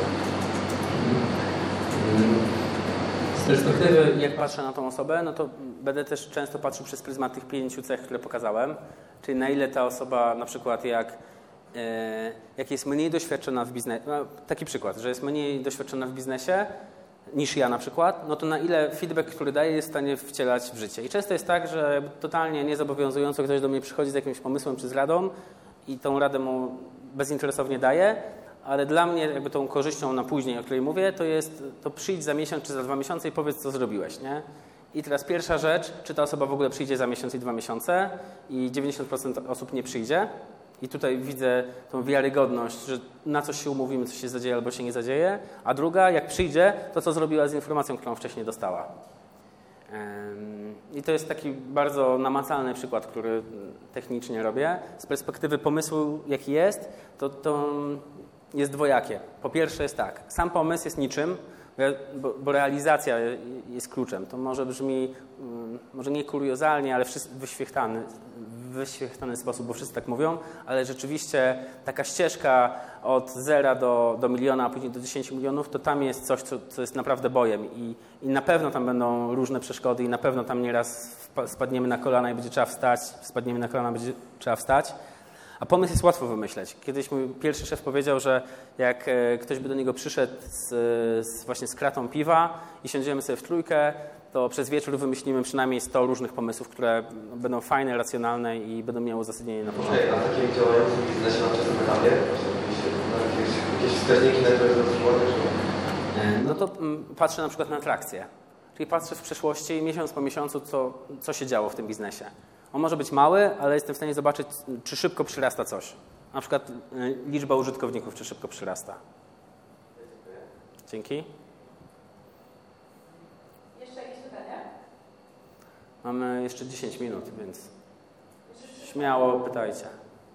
Speaker 2: Z perspektywy, jak patrzę na tą osobę, no to będę też często patrzył przez pryzmat tych 5 cech, które pokazałem, czyli na ile ta osoba, na przykład jak jest mniej doświadczona w biznesie, no, taki przykład, że jest mniej doświadczona w biznesie niż ja na przykład, no to na ile feedback, który daje, jest w stanie wcielać w życie. I często jest tak, że totalnie niezobowiązująco ktoś do mnie przychodzi z jakimś pomysłem czy z radą i tą radę mu bezinteresownie daje, ale dla mnie jakby tą korzyścią na później, o której mówię, to przyjdź za miesiąc czy za 2 miesiące i powiedz, co zrobiłeś, nie? I teraz pierwsza rzecz, czy ta osoba w ogóle przyjdzie za miesiąc i 2 miesiące i 90% osób nie przyjdzie. I tutaj widzę tą wiarygodność, że na coś się umówimy, coś się zadzieje albo się nie zadzieje. A druga, jak przyjdzie, to co zrobiła z informacją, którą wcześniej dostała. I to jest taki bardzo namacalny przykład, który technicznie robię. Z perspektywy pomysłu, jaki jest, to jest dwojakie. Po pierwsze jest tak, sam pomysł jest niczym, bo realizacja jest kluczem. To może brzmi, może nie kuriozalnie, ale wyświechtany, wyświetlony sposób, bo wszyscy tak mówią, ale rzeczywiście taka ścieżka od 0 do miliona, a później do 10 milionów, to tam jest coś, co jest naprawdę bojem i na pewno tam będą różne przeszkody i na pewno tam nieraz spadniemy na kolana i będzie trzeba wstać, spadniemy na kolana, będzie trzeba wstać. A pomysł jest łatwo wymyśleć. Kiedyś mój pierwszy szef powiedział, że jak ktoś by do niego przyszedł właśnie z kratą piwa i siądziemy sobie w trójkę, to przez wieczór wymyślimy przynajmniej 100 różnych pomysłów, które będą fajne, racjonalne i będą miały uzasadnienie na porządku.
Speaker 5: A w takim działającym biznesie na wczesnym etapie, jakieś wskaźniki, na które zwracasz uwagę?
Speaker 2: No to patrzę na przykład na atrakcję. Czyli patrzę w przeszłości miesiąc po miesiącu, co się działo w tym biznesie. On może być mały, ale jestem w stanie zobaczyć, czy szybko przyrasta coś. Na przykład liczba użytkowników, czy szybko przyrasta. Dzięki.
Speaker 3: Jeszcze jakieś pytania?
Speaker 2: Mamy jeszcze 10 minut, więc śmiało pytajcie.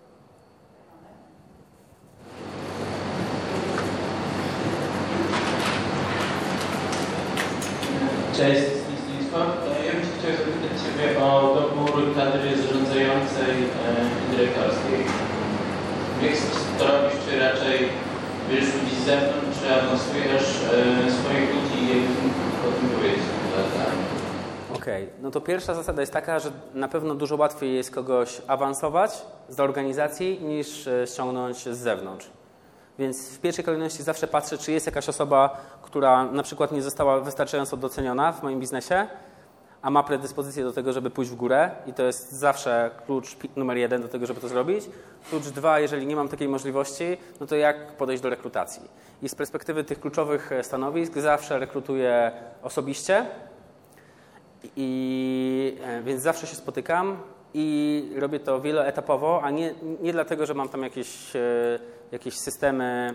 Speaker 6: Cześć, Stanisław. Ja bym chciał zapytać Ciebie o dobór kadry zarządzającej i dyrektorskiej. W jaki sposób to robisz? Czy raczej bierzesz ludzi z zewnątrz, czy awansujesz swoich ludzi i o tym powiedzieć?
Speaker 2: Okej, no to pierwsza zasada jest taka, że na pewno dużo łatwiej jest kogoś awansować z organizacji niż ściągnąć z zewnątrz. Więc w pierwszej kolejności zawsze patrzę, czy jest jakaś osoba, która na przykład nie została wystarczająco doceniona w moim biznesie, a ma predyspozycję do tego, żeby pójść w górę i to jest zawsze klucz numer 1 do tego, żeby to zrobić. Klucz 2, jeżeli nie mam takiej możliwości, no to jak podejść do rekrutacji. I z perspektywy tych kluczowych stanowisk zawsze rekrutuję osobiście, więc zawsze się spotykam i robię to wieloetapowo, a nie dlatego, że mam tam jakieś systemy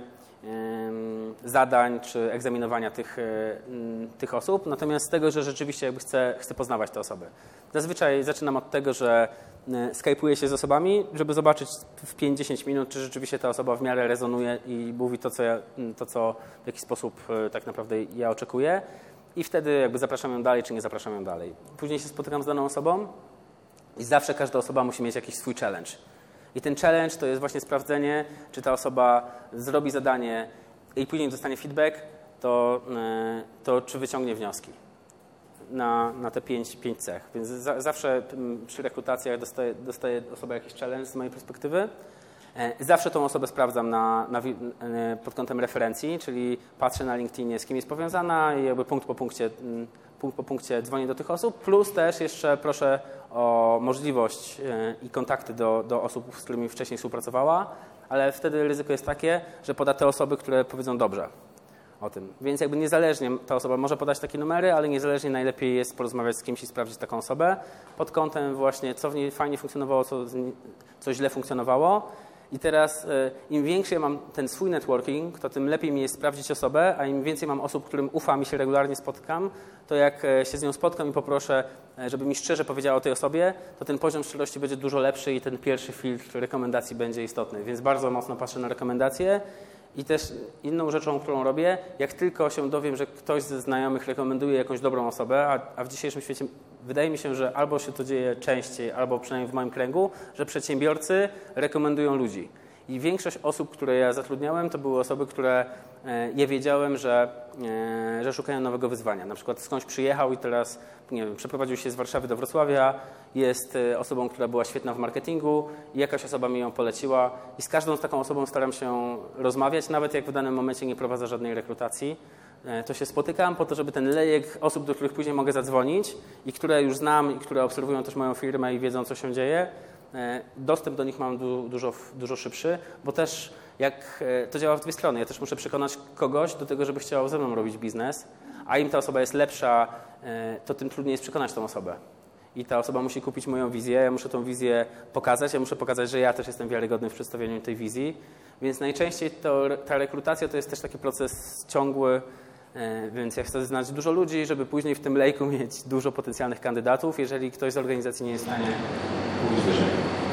Speaker 2: zadań czy egzaminowania tych osób, natomiast z tego, że rzeczywiście jakby chcę poznawać te osoby. Zazwyczaj zaczynam od tego, że skypuję się z osobami, żeby zobaczyć w 5-10 minut, czy rzeczywiście ta osoba w miarę rezonuje i mówi to, co w jakiś sposób tak naprawdę ja oczekuję i wtedy jakby zapraszam ją dalej, czy nie zapraszam ją dalej. Później się spotykam z daną osobą i zawsze każda osoba musi mieć jakiś swój challenge. I ten challenge to jest właśnie sprawdzenie, czy ta osoba zrobi zadanie i później dostanie feedback, to czy wyciągnie wnioski na te 5 cech. Więc zawsze przy rekrutacjach dostaje osoba jakiś challenge z mojej perspektywy. Zawsze tą osobę sprawdzam pod kątem referencji, czyli patrzę na LinkedInie, z kim jest powiązana i jakby punkt po punkcie dzwonię do tych osób, plus też jeszcze proszę o możliwość i kontakty do osób, z którymi wcześniej współpracowała, ale wtedy ryzyko jest takie, że poda te osoby, które powiedzą dobrze o tym. Więc jakby niezależnie ta osoba może podać takie numery, ale niezależnie najlepiej jest porozmawiać z kimś i sprawdzić taką osobę pod kątem właśnie, co w niej fajnie funkcjonowało, co źle funkcjonowało. I teraz im większy ja mam ten swój networking, to tym lepiej mi jest sprawdzić osobę, a im więcej mam osób, którym ufam i się regularnie spotykam, to jak się z nią spotkam i poproszę, żeby mi szczerze powiedziała o tej osobie, to ten poziom szczerości będzie dużo lepszy i ten pierwszy filtr rekomendacji będzie istotny. Więc bardzo mocno patrzę na rekomendacje. I też inną rzeczą, którą robię, jak tylko się dowiem, że ktoś ze znajomych rekomenduje jakąś dobrą osobę, a w dzisiejszym świecie wydaje mi się, że albo się to dzieje częściej, albo przynajmniej w moim kręgu, że przedsiębiorcy rekomendują ludzi. I większość osób, które ja zatrudniałem, to były osoby, które ja wiedziałem, że szukają nowego wyzwania. Na przykład skądś przyjechał i teraz, nie wiem, przeprowadził się z Warszawy do Wrocławia, jest osobą, która była świetna w marketingu i jakaś osoba mi ją poleciła i z każdą z taką osobą staram się rozmawiać, nawet jak w danym momencie nie prowadzę żadnej rekrutacji. To się spotykam po to, żeby ten lejek osób, do których później mogę zadzwonić i które już znam i które obserwują też moją firmę i wiedzą, co się dzieje, dostęp do nich mam dużo szybszy, bo też jak to działa w dwie strony. Ja też muszę przekonać kogoś do tego, żeby chciał ze mną robić biznes, a im ta osoba jest lepsza, to tym trudniej jest przekonać tą osobę. I ta osoba musi kupić moją wizję, ja muszę tą wizję pokazać, ja muszę pokazać, że ja też jestem wiarygodny w przedstawieniu tej wizji. Więc najczęściej ta rekrutacja to jest też taki proces ciągły, więc ja chcę znać dużo ludzi, żeby później w tym lejku mieć dużo potencjalnych kandydatów, jeżeli ktoś z organizacji nie jest w stanie kupić wyżej.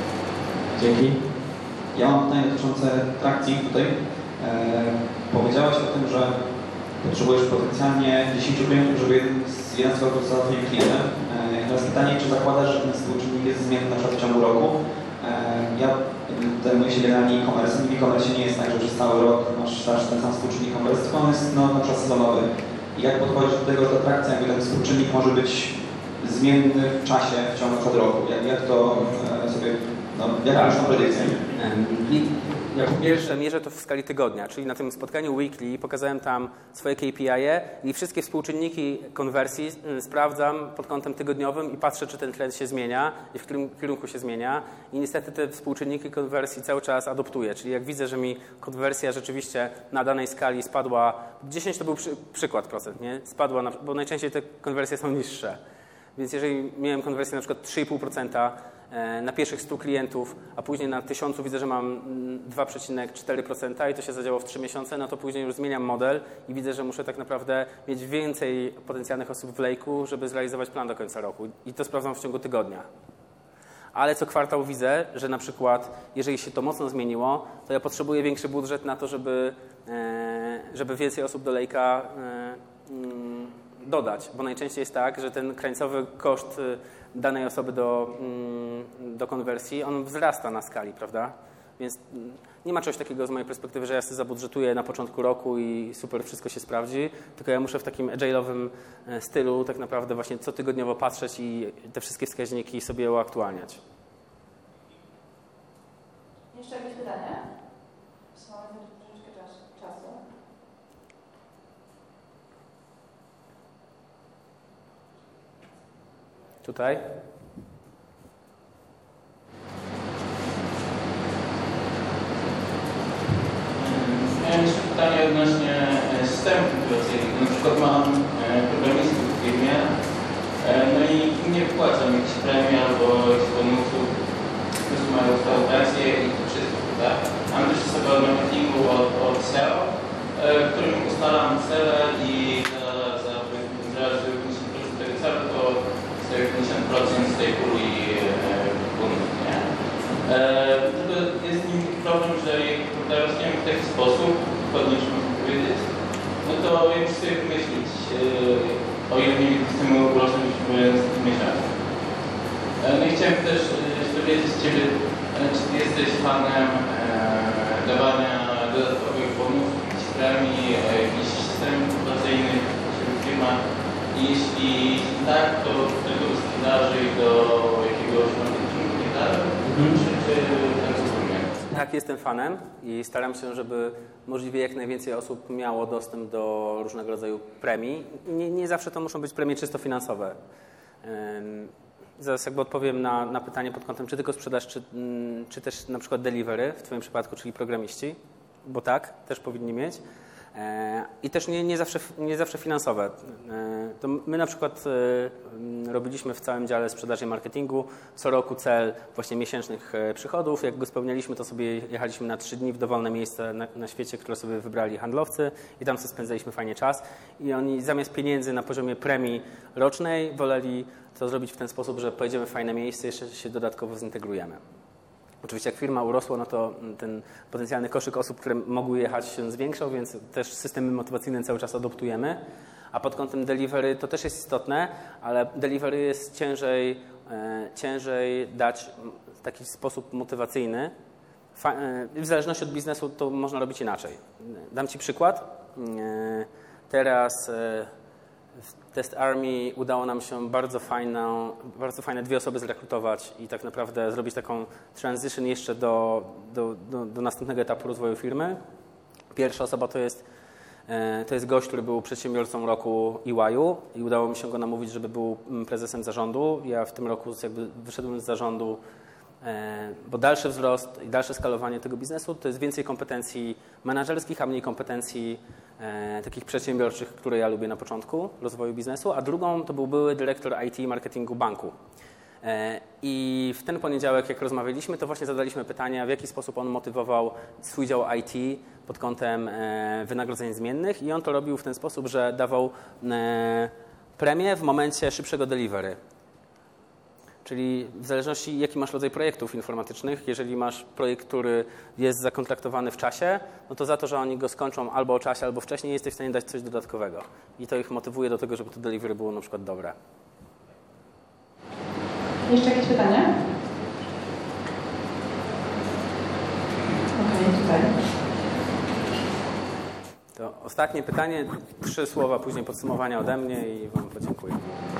Speaker 7: Dzięki. Ja mam pytanie dotyczące trakcji tutaj. Powiedziałeś o tym, że potrzebujesz potencjalnie 10 klientów, żeby jeden z załatwił klientem. Teraz pytanie, czy zakładasz, że ten współczynnik jest zmienny na przykład w ciągu roku? Ja zajmuję się generalnie e-commerce. W e-commerce nie jest tak, że przez cały rok masz ten sam współczynnik e-commerce, tylko on jest na przykład sezonowy. I jak podchodzisz do tego, że atrakcja, jakby ten współczynnik może być zmienny w czasie, w ciągu na przykład roku? Jak to sobie, jaka masz tą predykcję?
Speaker 2: Ja po pierwsze mierzę to w skali tygodnia, czyli na tym spotkaniu weekly pokazałem tam swoje KPI-e i wszystkie współczynniki konwersji sprawdzam pod kątem tygodniowym i patrzę, czy ten trend się zmienia i w którym kierunku się zmienia. I niestety te współczynniki konwersji cały czas adoptuję, czyli jak widzę, że mi konwersja rzeczywiście na danej skali spadła, 10 to był przykład procent, nie? Spadła, bo najczęściej te konwersje są niższe. Więc jeżeli miałem konwersję na przykład 3,5% na pierwszych 100 klientów, a później na 1000 widzę, że mam 2,4% i to się zadziało w 3 miesiące, no to później już zmieniam model i widzę, że muszę tak naprawdę mieć więcej potencjalnych osób w lejku, żeby zrealizować plan do końca roku. I to sprawdzam w ciągu tygodnia. Ale co kwartał widzę, że na przykład, jeżeli się to mocno zmieniło, to ja potrzebuję większy budżet na to, żeby więcej osób do lejka dodać, bo najczęściej jest tak, że ten krańcowy koszt danej osoby do konwersji, on wzrasta na skali, prawda? Więc nie ma czegoś takiego z mojej perspektywy, że ja sobie zabudżetuję na początku roku i super, wszystko się sprawdzi, tylko ja muszę w takim agile'owym stylu tak naprawdę właśnie cotygodniowo patrzeć i te wszystkie wskaźniki sobie uaktualniać.
Speaker 3: Jeszcze jakieś pytanie? Mamy troszeczkę czasu.
Speaker 2: Tutaj.
Speaker 6: Miałem jeszcze pytanie odnośnie systemów motywacyjnych. Na przykład mam programistów w firmie, no i nie wypłacam jakichś premii albo jakichś bonusów, po prostu mają swoją pensję i to wszystko, tak? Mam też osobę od marketingu, od SEO, którym ustalam cele i za osiągnięcie tego celu to 50% z tej puli bonusów, nie? Tylko jest z nim taki problem, że jak rośniemy w taki sposób, dokładnie już można powiedzieć, no to ja muszę sobie wymyślić, o ile mniej więcej chcemy urosnąć w następnym miesiącu. No i chciałem też dowiedzieć z Ciebie, czy Ty jesteś fanem dawania dodatkowych bonusów, jakichś premii, jakichś systemów motywacyjnych w firmach. I jeśli tak, to tylko do sprzedaży i do jakiegoś marketingu i tak dalej, czy tak zupełnie?
Speaker 2: Tak, jestem fanem i staram się, żeby możliwie jak najwięcej osób miało dostęp do różnego rodzaju premii. Nie zawsze to muszą być premie czysto finansowe. Zaraz jakby odpowiem na pytanie pod kątem, czy tylko sprzedaż, czy też na przykład delivery, w Twoim przypadku, czyli programiści, bo tak, też powinni mieć. I też nie zawsze finansowe. To my na przykład robiliśmy w całym dziale sprzedaży i marketingu co roku cel właśnie miesięcznych przychodów. Jak go spełnialiśmy, to sobie jechaliśmy na 3 dni w dowolne miejsce na świecie, które sobie wybrali handlowcy i tam sobie spędzaliśmy fajnie czas. I oni zamiast pieniędzy na poziomie premii rocznej woleli to zrobić w ten sposób, że pojedziemy w fajne miejsce, jeszcze się dodatkowo zintegrujemy. Oczywiście jak firma urosła, no to ten potencjalny koszyk osób, które mogły jechać, się zwiększał, więc też systemy motywacyjne cały czas adoptujemy. A pod kątem delivery to też jest istotne, ale delivery jest ciężej dać w taki sposób motywacyjny. W zależności od biznesu to można robić inaczej. Dam Ci przykład. Teraz w Test Army udało nam się bardzo fajne 2 osoby zrekrutować i tak naprawdę zrobić taką transition jeszcze do następnego etapu rozwoju firmy. Pierwsza osoba to jest gość, który był przedsiębiorcą roku EY-u i udało mi się go namówić, żeby był prezesem zarządu. Ja w tym roku jakby wyszedłem z zarządu, bo dalszy wzrost i dalsze skalowanie tego biznesu to jest więcej kompetencji menedżerskich, a mniej kompetencji takich przedsiębiorczych, które ja lubię na początku rozwoju biznesu, a drugą to był były dyrektor IT marketingu banku. I w ten poniedziałek, jak rozmawialiśmy, to właśnie zadaliśmy pytania, w jaki sposób on motywował swój dział IT pod kątem wynagrodzeń zmiennych i on to robił w ten sposób, że dawał premię w momencie szybszego delivery. Czyli w zależności jaki masz rodzaj projektów informatycznych, jeżeli masz projekt, który jest zakontraktowany w czasie, no to za to, że oni go skończą albo o czasie, albo wcześniej, jesteś w stanie dać coś dodatkowego. I to ich motywuje do tego, żeby to delivery było na przykład dobre.
Speaker 3: Jeszcze jakieś pytania? Okej, tutaj.
Speaker 2: To ostatnie pytanie, 3 słowa później podsumowania ode mnie i Wam podziękuję.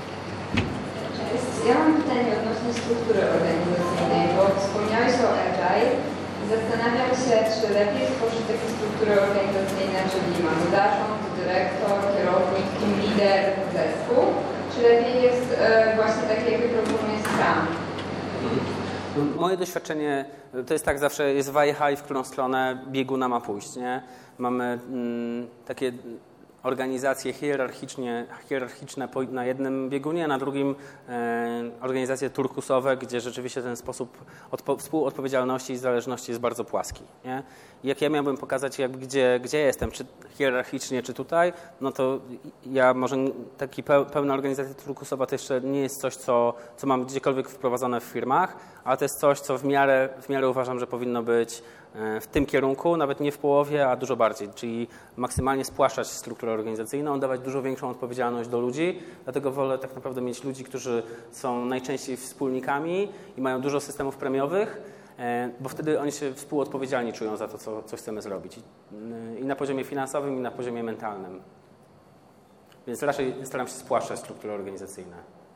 Speaker 8: Ja mam pytanie odnośnie struktury organizacyjnej, bo wspomniałeś o Agile. Zastanawiam się, czy lepiej stworzyć takie struktury organizacyjne, czyli mamy zarząd, dyrektor, kierownik, team leader, zespół, czy lepiej jest właśnie takie, jakie proponuje Scrum?
Speaker 2: Moje doświadczenie to jest tak zawsze, jest wajcha i w którą stronę bieguna ma pójść, nie? Mamy takie organizacje hierarchiczne na jednym biegunie, a na drugim organizacje turkusowe, gdzie rzeczywiście ten sposób współodpowiedzialności i zależności jest bardzo płaski. Nie? Jak ja miałbym pokazać, gdzie jestem, czy hierarchicznie, czy tutaj, no to ja może taki pełna organizacja turkusowa to jeszcze nie jest coś, co mam gdziekolwiek wprowadzone w firmach, ale to jest coś, co w miarę uważam, że powinno być w tym kierunku, nawet nie w połowie, a dużo bardziej, czyli maksymalnie spłaszczać strukturę organizacyjną, dawać dużo większą odpowiedzialność do ludzi, dlatego wolę tak naprawdę mieć ludzi, którzy są najczęściej wspólnikami i mają dużo systemów premiowych, bo wtedy oni się współodpowiedzialni czują za to, co chcemy zrobić i na poziomie finansowym, i na poziomie mentalnym. Więc raczej staram się spłaszczać struktury organizacyjne.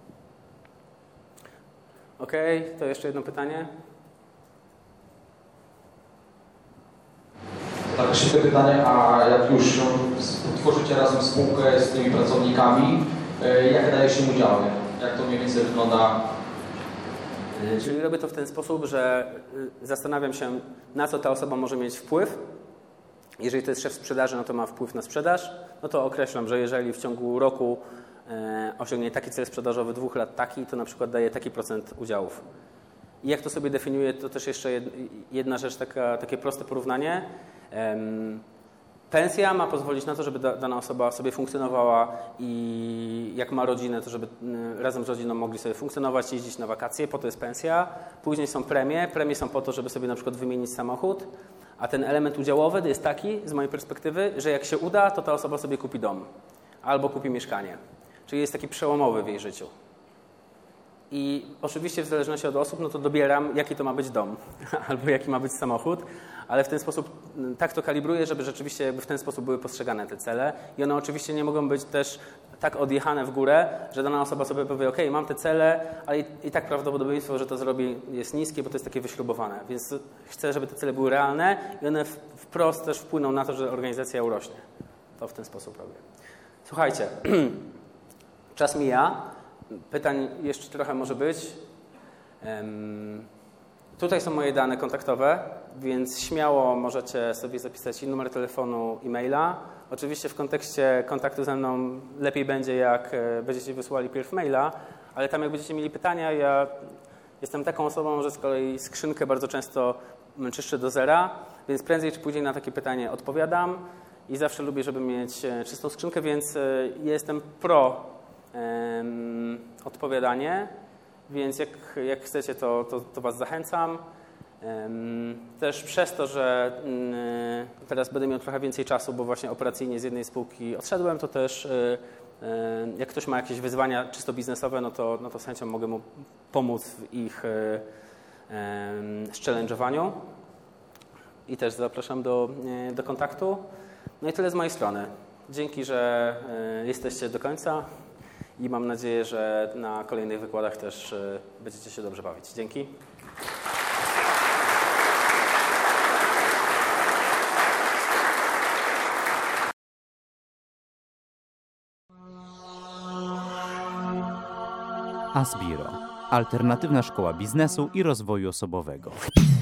Speaker 2: Okej, to jeszcze jedno pytanie.
Speaker 9: Tak, szybkie pytanie, a jak już tworzycie razem spółkę z tymi pracownikami, jakie daje się udziały? Jak to mniej więcej wygląda?
Speaker 2: Czyli robię to w ten sposób, że zastanawiam się, na co ta osoba może mieć wpływ. Jeżeli to jest szef sprzedaży, no to ma wpływ na sprzedaż, no to określam, że jeżeli w ciągu roku osiągnie taki cel sprzedażowy, 2 lat taki, to na przykład daje taki procent udziałów. I jak to sobie definiuję, to też jeszcze jedna rzecz, takie proste porównanie. Pensja ma pozwolić na to, żeby dana osoba sobie funkcjonowała i jak ma rodzinę, to żeby razem z rodziną mogli sobie funkcjonować, jeździć na wakacje, po to jest pensja. Później są premie. Premie są po to, żeby sobie na przykład wymienić samochód, a ten element udziałowy jest taki, z mojej perspektywy, że jak się uda, to ta osoba sobie kupi dom albo kupi mieszkanie. Czyli jest taki przełomowy w jej życiu. I oczywiście w zależności od osób, no to dobieram, jaki to ma być dom albo jaki ma być samochód, ale w ten sposób tak to kalibruję, żeby rzeczywiście jakby w ten sposób były postrzegane te cele i one oczywiście nie mogą być też tak odjechane w górę, że dana osoba sobie powie, ok, mam te cele, ale i tak prawdopodobieństwo, że to zrobi jest niskie, bo to jest takie wyśrubowane, więc chcę, żeby te cele były realne i one wprost też wpłyną na to, że organizacja urośnie. To w ten sposób robię. Słuchajcie, czas mija. Pytań jeszcze trochę może być. Tutaj są moje dane kontaktowe, więc śmiało możecie sobie zapisać i numer telefonu, e-maila. Oczywiście w kontekście kontaktu ze mną lepiej będzie, jak będziecie wysłali pierw maila, ale tam jak będziecie mieli pytania, ja jestem taką osobą, że z kolei skrzynkę bardzo często czyszczę do zera, więc prędzej czy później na takie pytanie odpowiadam i zawsze lubię, żeby mieć czystą skrzynkę, więc jestem pro odpowiadanie, więc jak chcecie, to Was zachęcam. Też przez to, że teraz będę miał trochę więcej czasu, bo właśnie operacyjnie z jednej spółki odszedłem, to też jak ktoś ma jakieś wyzwania czysto biznesowe, no to z chęcią mogę mu pomóc w ich challenge'owaniu i też zapraszam do kontaktu. No i tyle z mojej strony. Dzięki, że jesteście do końca. I mam nadzieję, że na kolejnych wykładach też będziecie się dobrze bawić. Dzięki.
Speaker 1: Asbiro. Alternatywna szkoła biznesu i rozwoju osobowego.